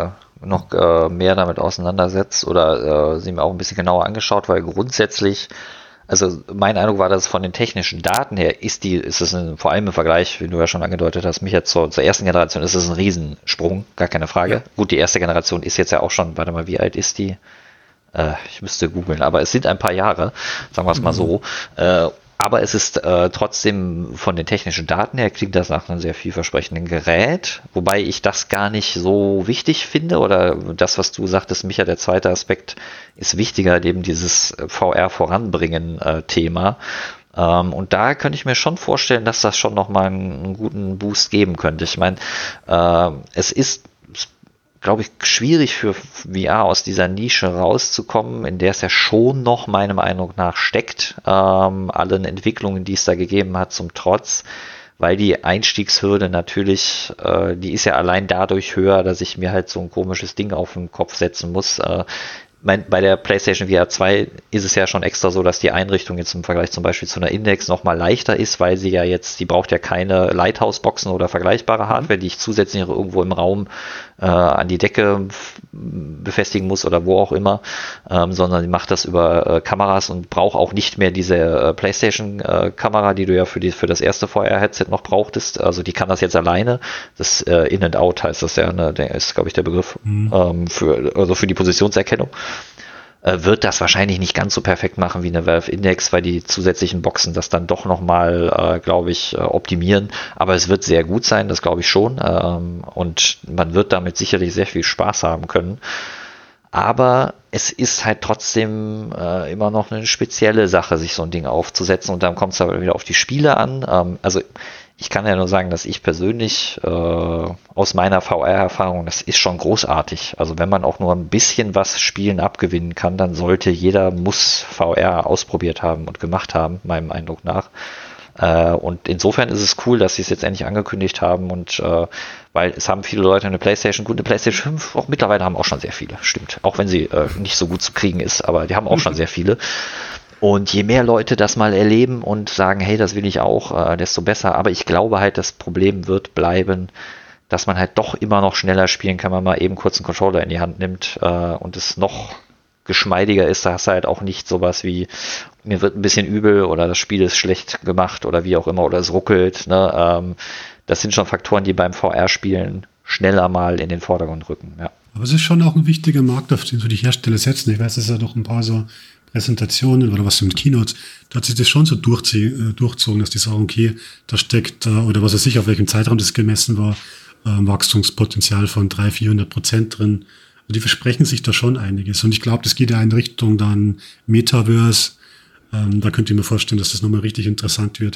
noch mehr damit auseinandersetzt oder sie mir auch ein bisschen genauer angeschaut, weil grundsätzlich, also mein Eindruck war, dass von den technischen Daten her ist es vor allem im Vergleich, wie du ja schon angedeutet hast, mich jetzt zur ersten Generation ist es ein Riesensprung, gar keine Frage. Ja. Gut, die erste Generation ist jetzt ja auch schon, warte mal, wie alt ist die? Ich müsste googeln, aber es sind ein paar Jahre, sagen wir es mal so. Aber es ist trotzdem von den technischen Daten her klingt das nach einem sehr vielversprechenden Gerät, wobei ich das gar nicht so wichtig finde oder das, was du sagtest, Micha, der zweite Aspekt ist wichtiger, eben dieses VR voranbringen Thema. Und da könnte ich mir schon vorstellen, dass das schon nochmal einen guten Boost geben könnte. Ich meine, es ist, glaube ich, schwierig für VR aus dieser Nische rauszukommen, in der es ja schon noch meinem Eindruck nach steckt, allen Entwicklungen, die es da gegeben hat, zum Trotz, weil die Einstiegshürde natürlich, die ist ja allein dadurch höher, dass ich mir halt so ein komisches Ding auf den Kopf setzen muss. Bei der PlayStation VR 2 ist es ja schon extra so, dass die Einrichtung jetzt im Vergleich zum Beispiel zu einer Index nochmal leichter ist, weil die braucht ja keine Lighthouse-Boxen oder vergleichbare Hardware, die ich zusätzlich irgendwo im Raum an die Decke befestigen muss oder wo auch immer, sondern die macht das über Kameras und braucht auch nicht mehr diese PlayStation-Kamera, die du ja für das erste VR-Headset noch brauchtest. Also die kann das jetzt alleine. Das In and Out heißt das ja, ne? Der ist, glaube ich, der Begriff für die Positionserkennung. Wird das wahrscheinlich nicht ganz so perfekt machen wie eine Valve Index, weil die zusätzlichen Boxen das dann doch nochmal, glaube ich, optimieren. Aber es wird sehr gut sein, das glaube ich schon. Und man wird damit sicherlich sehr viel Spaß haben können. Aber es ist halt trotzdem immer noch eine spezielle Sache, sich so ein Ding aufzusetzen. Und dann kommt es aber wieder auf die Spiele an. Also ich kann ja nur sagen, dass ich persönlich aus meiner VR-Erfahrung, das ist schon großartig. Also wenn man auch nur ein bisschen was Spielen abgewinnen kann, dann muss VR ausprobiert haben und gemacht haben, meinem Eindruck nach. Und insofern ist es cool, dass sie es jetzt endlich angekündigt haben und weil es haben viele Leute eine PlayStation 5, auch mittlerweile haben auch schon sehr viele, stimmt. Auch wenn sie nicht so gut zu kriegen ist, aber die haben auch schon sehr viele. Und je mehr Leute das mal erleben und sagen, hey, das will ich auch, desto besser. Aber ich glaube halt, das Problem wird bleiben, dass man halt doch immer noch schneller spielen kann, wenn man mal eben kurz einen Controller in die Hand nimmt und es noch geschmeidiger ist. Da hast du halt auch nicht sowas wie, mir wird ein bisschen übel oder das Spiel ist schlecht gemacht oder wie auch immer oder es ruckelt. Ne? Das sind schon Faktoren, die beim VR-Spielen schneller mal in den Vordergrund rücken. Ja. Aber es ist schon auch ein wichtiger Markt, auf den so die Hersteller setzen. Ich weiß, es ist ja doch ein paar so Präsentationen oder was mit Keynotes, da hat sich das schon so durchzogen, dass die sagen, okay, da steckt, oder was weiß ich, auf welchem Zeitraum das gemessen war, Wachstumspotenzial von 300-400% drin. Und die versprechen sich da schon einiges. Und ich glaube, das geht ja in Richtung dann Metaverse. Da könnt ihr mir vorstellen, dass das nochmal richtig interessant wird.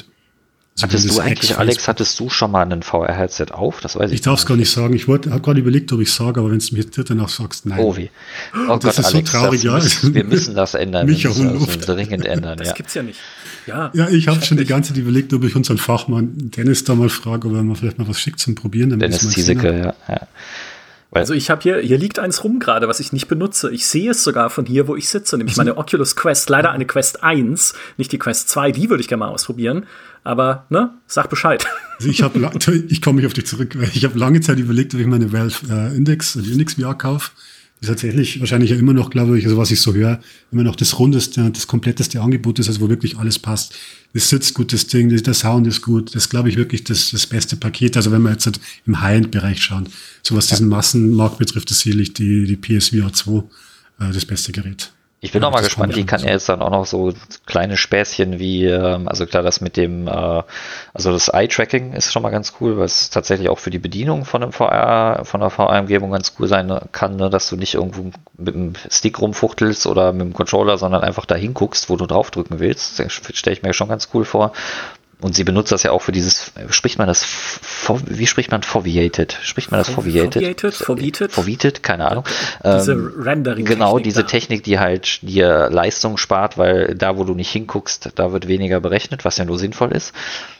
Alex, hattest du schon mal einen VR-Headset auf? Das weiß ich. Ich darf es gar nicht sagen. Ich habe gerade überlegt, ob ich sage, aber wenn es mir jetzt danach sagst, nein. Oh, wie. Oh das Gott, ist Alex, so traurig, wir müssen das ändern. Wir müssen das dringend ändern. Das gibt's ja nicht. Ja, ich habe schon die ganze Zeit überlegt, ob ich unseren Fachmann Dennis da mal frage, ob er mal vielleicht mal was schickt zum Probieren. Dennis Ziesecke, ja. Also ich habe hier liegt eins rum gerade, was ich nicht benutze. Ich sehe es sogar von hier, wo ich sitze, nämlich meine Oculus Quest. Leider eine Quest 1, nicht die Quest 2, die würde ich gerne mal ausprobieren. Aber, ne, sag Bescheid. Also ich komme nicht auf dich zurück, weil ich habe lange Zeit überlegt, ob ich meine Valve Index VR kaufe. Die tatsächlich wahrscheinlich ja immer noch, glaube ich, also was ich so höre, immer noch das rundeste, das kompletteste Angebot ist, also wo wirklich alles passt. Das sitzt gut, das Ding, der Sound ist gut. Das glaube ich wirklich das beste Paket. Also wenn wir jetzt halt im High-End-Bereich schauen, so was diesen Massenmarkt betrifft, ist sicherlich die PSVR 2 das beste Gerät. Ich bin auch mal gespannt, wie kann er jetzt dann auch noch so kleine Späßchen wie, also klar, das mit dem, also das Eye-Tracking ist schon mal ganz cool, weil es tatsächlich auch für die Bedienung von einer VR-Umgebung ganz cool sein kann, ne, dass du nicht irgendwo mit dem Stick rumfuchtelst oder mit dem Controller, sondern einfach da hinguckst, wo du draufdrücken willst. Das stelle ich mir schon ganz cool vor. Und sie benutzt das ja auch für dieses, spricht man das, wie spricht man Foveated? Spricht man das Foveated? Foveated? Keine Ahnung. Diese Rendering-Technik. Genau, diese Technik, die halt dir Leistung spart, weil da, wo du nicht hinguckst, da wird weniger berechnet, was ja nur sinnvoll ist.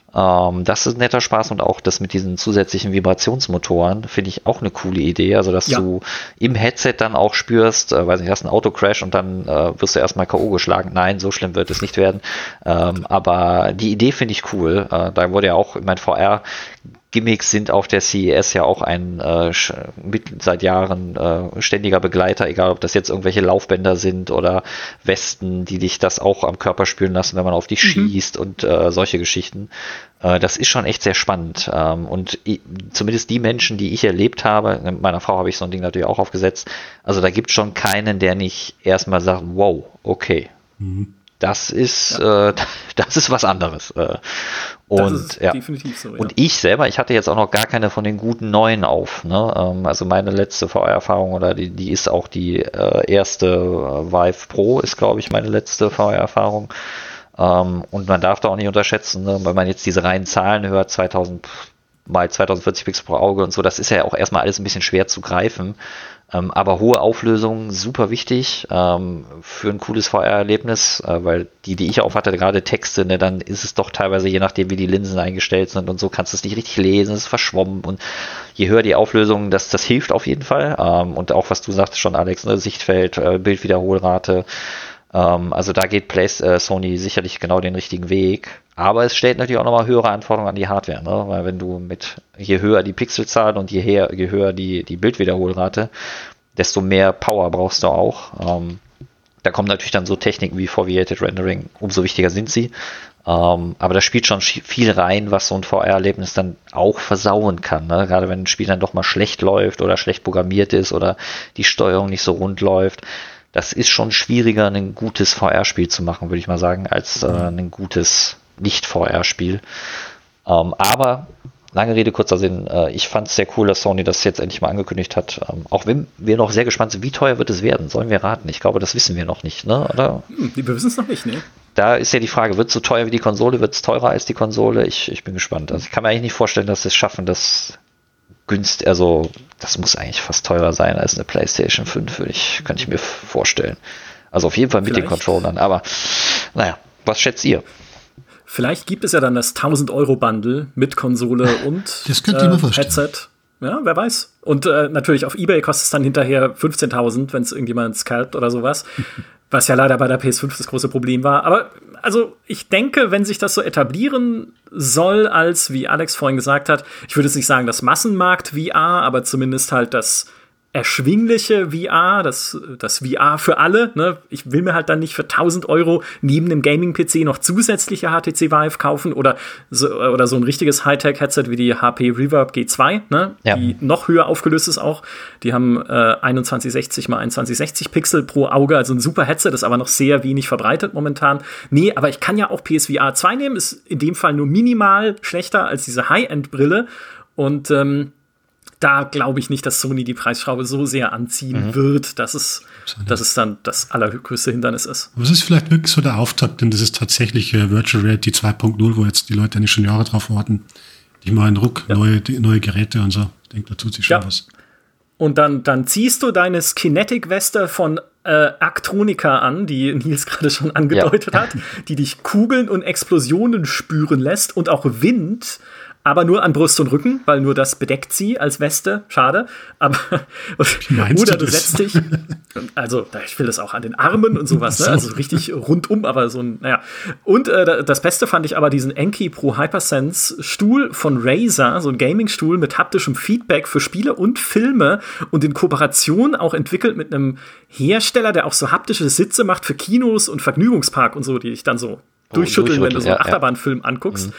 Das ist ein netter Spaß und auch das mit diesen zusätzlichen Vibrationsmotoren finde ich auch eine coole Idee. Also, dass du im Headset dann auch spürst, weiß nicht, hast einen Autocrash und dann wirst du erstmal K.O. geschlagen. Nein, so schlimm wird es nicht werden. Aber die Idee finde ich cool. Da wurde ja auch, ich meine, VR Gimmicks sind auf der CES ja auch ein seit Jahren ständiger Begleiter, egal ob das jetzt irgendwelche Laufbänder sind oder Westen, die dich das auch am Körper spüren lassen, wenn man auf dich schießt und solche Geschichten. Das ist schon echt sehr spannend. Und zumindest die Menschen, die ich erlebt habe, mit meiner Frau habe ich so ein Ding natürlich auch aufgesetzt, also da gibt es schon keinen, der nicht erstmal sagt, wow, okay. Das ist was anderes. Und das ist definitiv so, ja. Und ich selber, ich hatte jetzt auch noch gar keine von den guten neuen auf. Ne? Also meine letzte VR-Erfahrung oder die ist auch die erste Vive Pro ist, glaube ich, meine letzte VR-Erfahrung. Und man darf da auch nicht unterschätzen, ne? Wenn man jetzt diese reinen Zahlen hört, 2000 mal 2040 Pixel pro Auge und so, das ist ja auch erstmal alles ein bisschen schwer zu greifen. Aber hohe Auflösung, super wichtig für ein cooles VR-Erlebnis, weil die ich auch hatte, gerade Texte, ne, dann ist es doch teilweise, je nachdem wie die Linsen eingestellt sind und so, kannst du es nicht richtig lesen, es ist verschwommen und je höher die Auflösung, das hilft auf jeden Fall. Und auch, was du sagtest schon, Alex, ne, Sichtfeld, Bildwiederholrate, also da geht Sony sicherlich genau den richtigen Weg. Aber es stellt natürlich auch nochmal höhere Anforderungen an die Hardware, ne? Weil wenn du je höher die Pixelzahl und je höher die Bildwiederholrate, desto mehr Power brauchst du auch. Da kommen natürlich dann so Techniken wie Foveated Rendering, umso wichtiger sind sie. Aber da spielt schon viel rein, was so ein VR-Erlebnis dann auch versauen kann, ne? Gerade wenn ein Spiel dann doch mal schlecht läuft oder schlecht programmiert ist oder die Steuerung nicht so rund läuft. Das ist schon schwieriger, ein gutes VR-Spiel zu machen, würde ich mal sagen, als ein gutes Nicht-VR-Spiel. Aber, lange Rede, kurzer Sinn, ich fand es sehr cool, dass Sony das jetzt endlich mal angekündigt hat. Auch wenn wir noch sehr gespannt sind, wie teuer wird es werden? Sollen wir raten? Ich glaube, das wissen wir noch nicht, ne? Oder? Wir wissen es noch nicht, ne? Da ist ja die Frage, wird es so teuer wie die Konsole? Wird es teurer als die Konsole? Ich bin gespannt. Also ich kann mir eigentlich nicht vorstellen, dass sie es schaffen, das also das muss eigentlich fast teurer sein als eine PlayStation 5, könnte ich mir vorstellen. Also auf jeden Fall mit den Controllern. Aber naja, was schätzt ihr? Vielleicht gibt es ja dann das 1.000-Euro-Bundle mit Konsole und Headset. Ja, wer weiß. Und natürlich auf eBay kostet es dann hinterher 15.000, wenn es irgendjemand scalpt oder sowas. Was ja leider bei der PS5 das große Problem war. Aber also ich denke, wenn sich das so etablieren soll, als, wie Alex vorhin gesagt hat, ich würde jetzt nicht sagen das Massenmarkt VR, aber zumindest halt das erschwingliche VR, das VR für alle. Ne? Ich will mir halt dann nicht für 1.000 Euro neben dem Gaming-PC noch zusätzliche HTC Vive kaufen oder so ein richtiges Hightech-Headset wie die HP Reverb G2, ne? Ja. Die noch höher aufgelöst ist auch. Die haben 2160 x 2160 Pixel pro Auge, also ein super Headset, ist aber noch sehr wenig verbreitet momentan. Nee, aber ich kann ja auch PSVR 2 nehmen, ist in dem Fall nur minimal schlechter als diese High-End-Brille und da glaube ich nicht, dass Sony die Preisschraube so sehr anziehen wird, dass es dann das allergrößte Hindernis ist. Aber es ist vielleicht wirklich so der Auftakt, denn das ist tatsächlich Virtual Reality 2.0, wo jetzt die Leute eigentlich schon Jahre drauf warten. Die mal einen Ruck, neue Geräte und so. Ich denke, da tut sich schon was. Und dann ziehst du deine Kinetic-Weste von Actronica an, die Nils gerade schon angedeutet hat, die dich Kugeln und Explosionen spüren lässt und auch Wind, aber nur an Brust und Rücken, weil nur das bedeckt sie als Weste. Schade. Aber oder du setzt dich, also ich will das auch an den Armen und sowas, ne? Also richtig rundum, aber so ein, naja. Und das Beste fand ich aber diesen Enki Pro Hypersense Stuhl von Razer, so ein Gaming-Stuhl mit haptischem Feedback für Spiele und Filme und in Kooperation auch entwickelt mit einem Hersteller, der auch so haptische Sitze macht für Kinos und Vergnügungspark und so, die dich dann so durchschütteln, wenn du so einen Achterbahnfilm anguckst.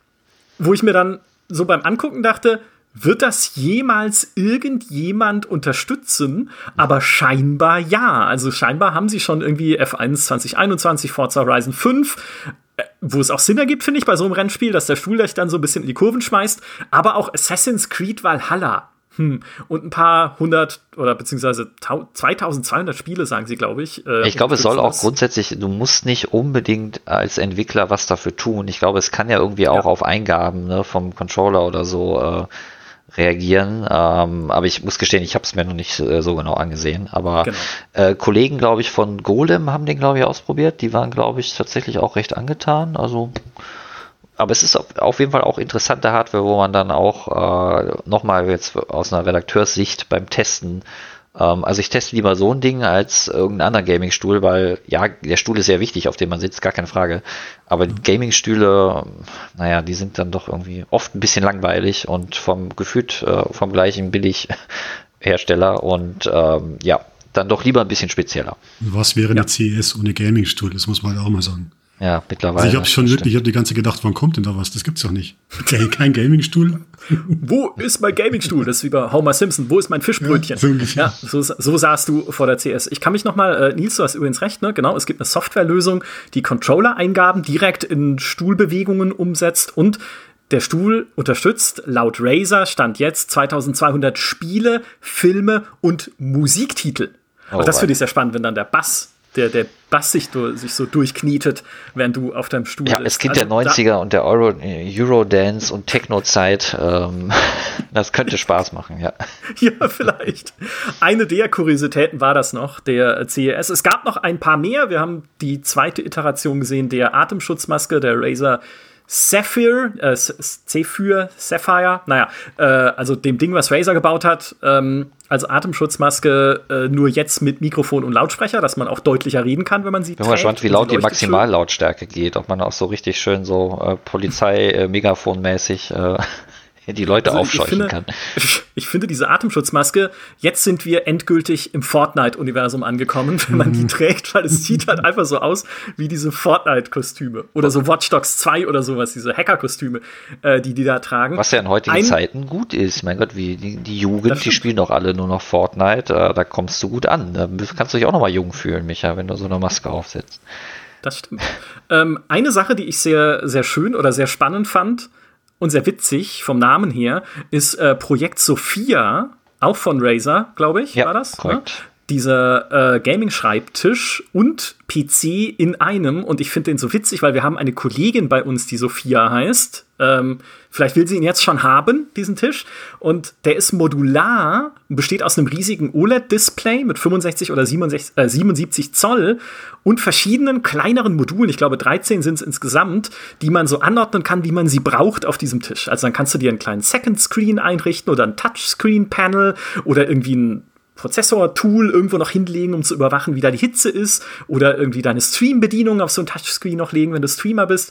Wo ich mir dann so beim Angucken dachte, wird das jemals irgendjemand unterstützen? Aber scheinbar ja. Also scheinbar haben sie schon irgendwie F1 2021, Forza Horizon 5, wo es auch Sinn ergibt, finde ich, bei so einem Rennspiel, dass der Stuhl dich dann so ein bisschen in die Kurven schmeißt. Aber auch Assassin's Creed Valhalla. Und ein paar hundert oder beziehungsweise 2200 Spiele, sagen sie, glaube ich. Ich glaube, es soll auch grundsätzlich, du musst nicht unbedingt als Entwickler was dafür tun. Ich glaube, es kann ja irgendwie auch auf Eingaben, ne, vom Controller oder so reagieren. Aber ich muss gestehen, ich habe es mir noch nicht so genau angesehen. Aber Kollegen, glaube ich, von Golem haben den, glaube ich, ausprobiert. Die waren, glaube ich, tatsächlich auch recht angetan. Also, aber es ist auf jeden Fall auch interessante Hardware, wo man dann auch nochmal jetzt aus einer Redakteurssicht beim Testen, also ich teste lieber so ein Ding als irgendeinen anderen Gaming-Stuhl, weil ja, der Stuhl ist sehr wichtig, auf dem man sitzt, gar keine Frage. Aber Gaming-Stühle, naja, die sind dann doch irgendwie oft ein bisschen langweilig und vom gleichen Billighersteller und ja, dann doch lieber ein bisschen spezieller. Was wäre eine CES ohne Gaming-Stuhl? Das muss man halt auch mal sagen. Ja, mittlerweile. Also ich habe die ganze gedacht, wann kommt denn da was? Das gibt's doch nicht. Kein Gaming-Stuhl. Wo ist mein Gaming-Stuhl? Das ist wie bei Homer Simpson. Wo ist mein Fischbrötchen? Ja, so saßt du vor der CS. Ich kann mich noch mal, Nils, du hast übrigens recht, ne? Genau, es gibt eine Softwarelösung, die Controller-Eingaben direkt in Stuhlbewegungen umsetzt und der Stuhl unterstützt laut Razer Stand jetzt 2200 Spiele, Filme und Musiktitel. Und das finde ich sehr spannend, wenn dann der Bass sich so durchknietet, während du auf deinem Stuhl sitzt. Ja, es gibt der 90er und der Eurodance und Techno-Zeit. Das könnte Spaß machen, ja. Ja, vielleicht. Eine der Kuriositäten war das noch, der CES. Es gab noch ein paar mehr. Wir haben die zweite Iteration gesehen, der Atemschutzmaske, der Razer Sapphire, naja, also dem Ding, was Razer gebaut hat, als Atemschutzmaske, nur jetzt mit Mikrofon und Lautsprecher, dass man auch deutlicher reden kann, wenn man sie trägt. Ich bin mal gespannt, wie laut die Maximallautstärke geht, ob man auch so richtig schön so Polizei-Megafon-mäßig die Leute aufscheuchen kann. Ich finde diese Atemschutzmaske, jetzt sind wir endgültig im Fortnite-Universum angekommen, wenn man die trägt, weil es sieht halt einfach so aus wie diese Fortnite-Kostüme oder so Watch Dogs 2 oder sowas, diese Hacker-Kostüme, die da tragen. Was ja in heutigen Zeiten gut ist. Mein Gott, wie die Jugend, die spielen doch alle nur noch Fortnite, da kommst du gut an. Da kannst du dich auch noch mal jung fühlen, Micha, wenn du so eine Maske aufsetzt. Das stimmt. Eine Sache, die ich sehr, sehr schön oder sehr spannend fand, und sehr witzig vom Namen her, ist Projekt Sophia, auch von Razer, glaube ich, war das? Korrekt. Ne? Dieser Gaming-Schreibtisch und PC in einem. Und ich finde den so witzig, weil wir haben eine Kollegin bei uns, die Sophia heißt. Vielleicht will sie ihn jetzt schon haben, diesen Tisch. Und der ist modular, besteht aus einem riesigen OLED-Display mit 65 oder 77 Zoll und verschiedenen kleineren Modulen, ich glaube 13 sind es insgesamt, die man so anordnen kann, wie man sie braucht auf diesem Tisch. Also dann kannst du dir einen kleinen Second Screen einrichten oder ein Touchscreen-Panel oder irgendwie ein Prozessor-Tool irgendwo noch hinlegen, um zu überwachen, wie da die Hitze ist oder irgendwie deine Stream-Bedienung auf so ein Touchscreen noch legen, wenn du Streamer bist.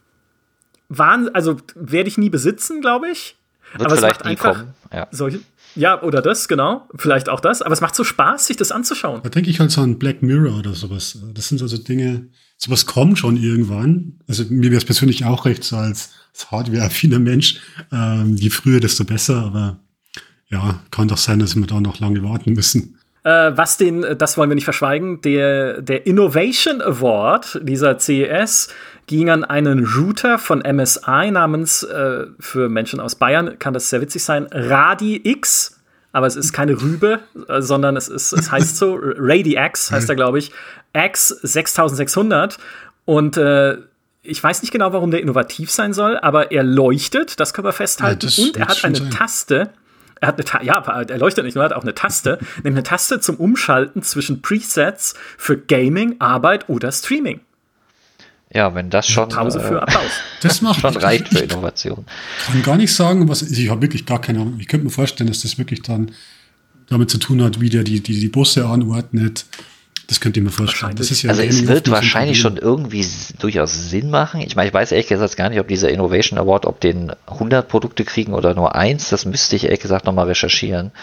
Also werde ich nie besitzen, glaube ich. Wird aber vielleicht es macht einfach kommen. Ja. Ja, oder das, genau. Vielleicht auch das. Aber es macht so Spaß, sich das anzuschauen. Da denke ich halt so an Black Mirror oder sowas. Das sind also Dinge, sowas kommt schon irgendwann. Also mir wäre es persönlich auch recht, so als hardware-affiner Mensch. Je früher, desto besser. Aber ja, kann doch sein, dass wir da noch lange warten müssen. Das wollen wir nicht verschweigen, der Innovation Award dieser CES ging an einen Router von MSI namens, für Menschen aus Bayern kann das sehr witzig sein, Radi-X, aber es ist keine Rübe, sondern es heißt so, Radi-X heißt er, glaube ich, X 6600 und ich weiß nicht genau, warum der innovativ sein soll, aber er leuchtet, das können wir festhalten, ja, und er hat eine Taste. Er leuchtet nicht nur, er hat auch eine Taste, nämlich eine Taste zum Umschalten zwischen Presets für Gaming, Arbeit oder Streaming. Ja, wenn das schon Pause für Applaus. Das macht schon reicht für Innovation. Ich kann gar nicht sagen, ich habe wirklich gar keine Ahnung. Ich könnte mir vorstellen, dass das wirklich dann damit zu tun hat, wie der die Busse anordnet. Das könnt ihr mir vorstellen. Das ist ja also es wird wahrscheinlich schon irgendwie durchaus Sinn machen. Ich meine, ich weiß ehrlich gesagt gar nicht, ob dieser Innovation Award, ob den 100 Produkte kriegen oder nur 1. Das müsste ich ehrlich gesagt nochmal recherchieren.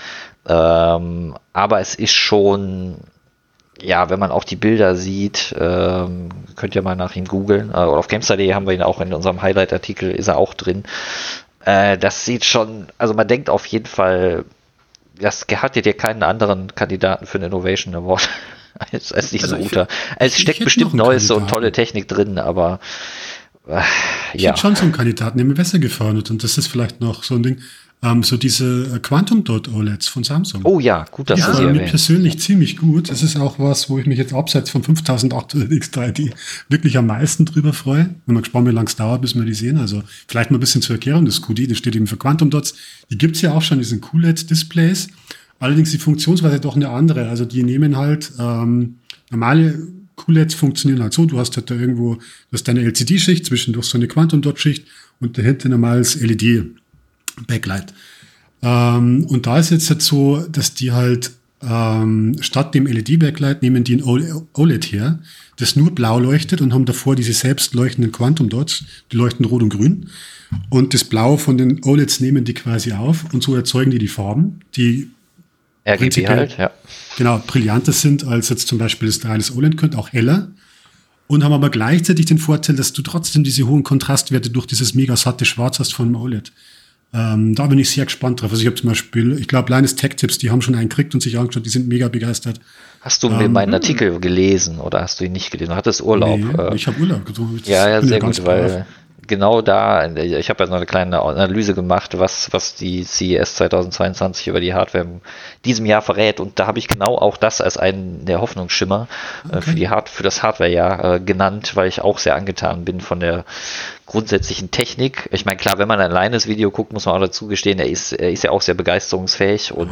Aber es ist schon, ja, wenn man auch die Bilder sieht, könnt ihr mal nach ihm googeln. Oder auf GameStar.de haben wir ihn auch in unserem Highlight-Artikel, ist er auch drin. Das sieht schon, also man denkt auf jeden Fall, das hattet ihr keinen anderen Kandidaten für den Innovation Award. als diesen Router. Es steckt bestimmt Neues und tolle Technik drin, aber ich hätte schon so einen Kandidaten, der mir besser gefallen hat. Und das ist vielleicht noch so ein Ding. So diese Quantum Dot OLEDs von Samsung. Oh ja, gut, dass du sie mir erwähnst. persönlich ziemlich gut. Das ist auch was, wo ich mich jetzt abseits von 5800 X3D wirklich am meisten drüber freue. Bin mal gespannt, wie lange es dauert, bis wir die sehen. Also vielleicht mal ein bisschen zur Erklärung. Das QD, das steht eben für Quantum Dots. Die gibt's ja auch schon, diese QLED-Displays. Allerdings die Funktionsweise doch eine andere. Also die nehmen halt normale QLEDs funktionieren halt so. Du hast halt da irgendwo, du hast deine LCD-Schicht, zwischendurch so eine Quantum Dot-Schicht und dahinter normales LED-Backlight. Und da ist jetzt halt so, dass die halt statt dem LED-Backlight nehmen die ein OLED her, das nur blau leuchtet und haben davor diese selbst leuchtenden Quantum Dots, die leuchten rot und grün. Und das Blau von den OLEDs nehmen die quasi auf und so erzeugen die Farben, die RGB halt, ja. Genau, brillanter sind als jetzt zum Beispiel das reines OLED, könnte auch heller. Und haben aber gleichzeitig den Vorteil, dass du trotzdem diese hohen Kontrastwerte durch dieses mega satte Schwarz hast von dem OLED. Da bin ich sehr gespannt drauf. Also ich habe zum Beispiel, ich glaube, Linus Tech Tips, die haben schon einen gekriegt und sich angeschaut, die sind mega begeistert. Hast du mir meinen Artikel gelesen oder hast du ihn nicht gelesen? Du hattest Urlaub. Nee, ich habe Urlaub. Ja, sehr gut, weil genau da, ich habe ja noch eine kleine Analyse gemacht, was die CES 2022 über die Hardware in diesem Jahr verrät, und da habe ich genau auch das als einen der Hoffnungsschimmer für das Hardware-Jahr genannt, weil ich auch sehr angetan bin von der grundsätzlichen Technik. Ich meine, klar, wenn man ein alleines Video guckt, muss man auch dazu gestehen, er ist ja auch sehr begeisterungsfähig und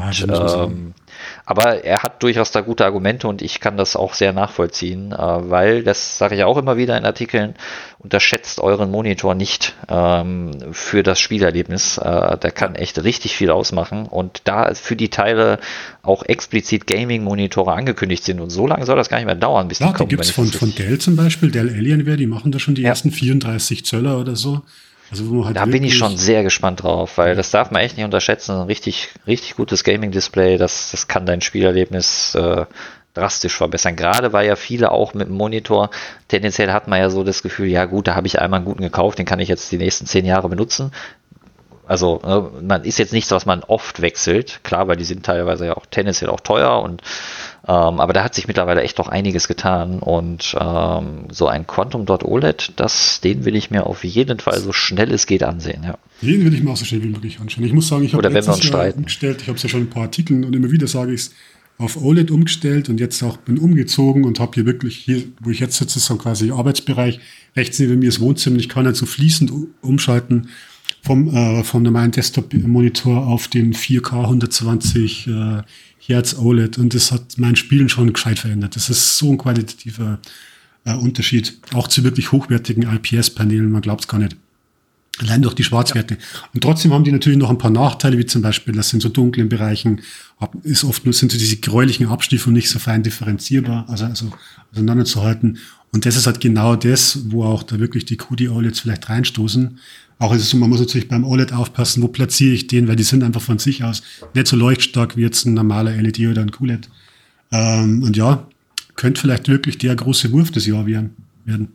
aber er hat durchaus da gute Argumente und ich kann das auch sehr nachvollziehen, weil, das sage ich auch immer wieder in Artikeln, unterschätzt euren Monitor nicht für das Spielerlebnis. Der kann echt richtig viel ausmachen, und da für die Teile auch explizit Gaming-Monitore angekündigt sind, und so lange soll das gar nicht mehr dauern, bis die kommen. Die gibt es von Dell zum Beispiel, Dell Alienware, die machen da schon die ersten 34 Zöller oder so. Also, wo man halt da bin ich schon sehr gespannt drauf, weil das darf man echt nicht unterschätzen. Ein richtig, richtig gutes Gaming-Display, das kann dein Spielerlebnis drastisch verbessern. Gerade weil ja viele auch mit dem Monitor, tendenziell hat man ja so das Gefühl, ja gut, da habe ich einmal einen guten gekauft, den kann ich jetzt die nächsten 10 Jahre benutzen. Also man ist jetzt nichts, was man oft wechselt, klar, weil die sind teilweise ja auch tendenziell auch teuer, und aber da hat sich mittlerweile echt doch einiges getan, und so ein Quantum Dot OLED, den will ich mir auf jeden Fall so schnell es geht ansehen. Ja. Den will ich mir auch so schnell wie möglich anschauen. Ich muss sagen, ich habe letztes Jahr umgestellt, ich habe es ja schon in ein paar Artikeln und immer wieder sage ich es, auf OLED umgestellt und jetzt auch bin umgezogen und habe hier wirklich, hier, wo ich jetzt sitze, ist so quasi Arbeitsbereich, rechts neben mir das Wohnzimmer, ich kann halt so fließend umschalten vom normalen Desktop-Monitor auf den 4K 120 Hertz OLED, und das hat mein Spielen schon gescheit verändert. Das ist so ein qualitativer Unterschied, auch zu wirklich hochwertigen IPS-Paneelen, man glaubt es gar nicht. Allein durch die Schwarzwerte. Ja. Und trotzdem haben die natürlich noch ein paar Nachteile, wie zum Beispiel, dass in so dunklen Bereichen sind so diese gräulichen Abstufungen nicht so fein differenzierbar, also auseinanderzuhalten. Und das ist halt genau das, wo auch da wirklich die QD-OLEDs vielleicht reinstoßen. Auch ist es so, man muss natürlich beim OLED aufpassen, wo platziere ich den, weil die sind einfach von sich aus nicht so leuchtstark wie jetzt ein normaler LED oder ein QLED. Und ja, könnte vielleicht wirklich der große Wurf des Jahres werden.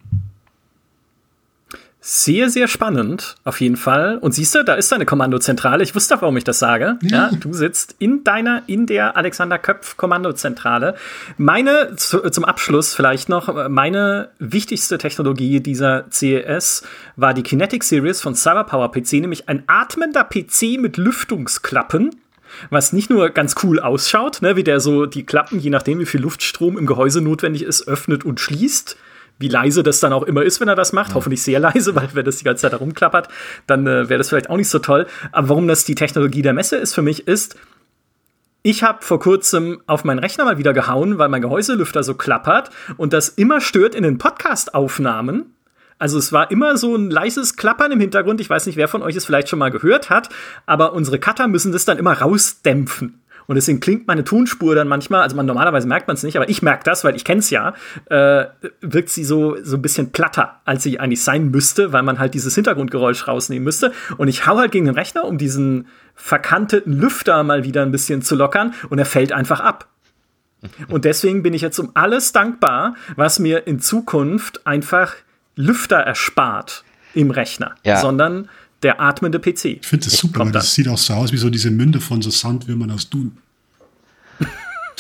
Sehr, sehr spannend, auf jeden Fall. Und siehst du, da ist deine Kommandozentrale. Ich wusste, warum ich das sage. Ja, du sitzt in der Alexander Köpf Kommandozentrale. Zum Abschluss vielleicht noch, meine wichtigste Technologie dieser CES war die Kinetic Series von Cyberpower PC, nämlich ein atmender PC mit Lüftungsklappen, was nicht nur ganz cool ausschaut, ne, wie der so die Klappen, je nachdem wie viel Luftstrom im Gehäuse notwendig ist, öffnet und schließt. Wie leise das dann auch immer ist, wenn er das macht. Hoffentlich sehr leise, weil wenn das die ganze Zeit herumklappert, dann wäre das vielleicht auch nicht so toll. Aber warum das die Technologie der Messe ist für mich, ist, ich habe vor kurzem auf meinen Rechner mal wieder gehauen, weil mein Gehäuselüfter so klappert und das immer stört in den Podcast-Aufnahmen. Also es war immer so ein leises Klappern im Hintergrund. Ich weiß nicht, wer von euch es vielleicht schon mal gehört hat, aber unsere Cutter müssen das dann immer rausdämpfen. Und deswegen klingt meine Tonspur dann manchmal, also normalerweise merkt man es nicht, aber ich merke das, weil ich kenne es ja, wirkt sie so ein bisschen platter, als sie eigentlich sein müsste, weil man halt dieses Hintergrundgeräusch rausnehmen müsste. Und ich hau halt gegen den Rechner, um diesen verkanteten Lüfter mal wieder ein bisschen zu lockern, und er fällt einfach ab. Und deswegen bin ich jetzt um alles dankbar, was mir in Zukunft einfach Lüfter erspart im Rechner, sondern der atmende PC. Ich finde das super, weil das sieht auch so aus wie so diese Münder von so Sandwürmern aus Dune.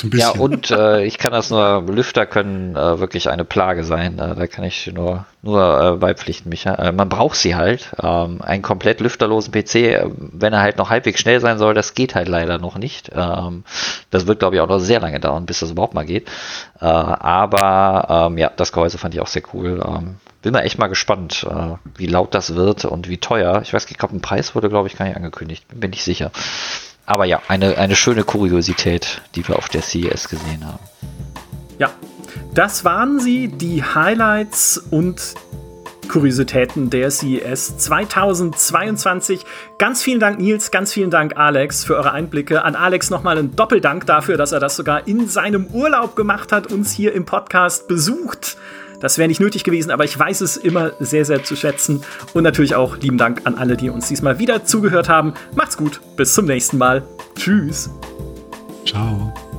So ein bisschen. Ja, und ich kann das nur, Lüfter können wirklich eine Plage sein. Da kann ich nur beipflichten, Micha. Man braucht sie halt. Einen komplett lüfterlosen PC, wenn er halt noch halbwegs schnell sein soll, das geht halt leider noch nicht. Das wird, glaube ich, auch noch sehr lange dauern, bis das überhaupt mal geht. Aber ja, das Gehäuse fand ich auch sehr cool. Bin mal echt mal gespannt, wie laut das wird und wie teuer. Ich weiß nicht, ich glaube, ein Preis wurde, glaube ich, gar nicht angekündigt. Bin nicht sicher. Aber ja, eine schöne Kuriosität, die wir auf der CES gesehen haben. Ja, das waren sie, die Highlights und Kuriositäten der CES 2022. Ganz vielen Dank, Nils, ganz vielen Dank, Alex, für eure Einblicke. An Alex nochmal einen Doppeldank dafür, dass er das sogar in seinem Urlaub gemacht hat, uns hier im Podcast besucht. Das wäre nicht nötig gewesen, aber ich weiß es immer sehr, sehr zu schätzen. Und natürlich auch lieben Dank an alle, die uns diesmal wieder zugehört haben. Macht's gut, bis zum nächsten Mal. Tschüss. Ciao.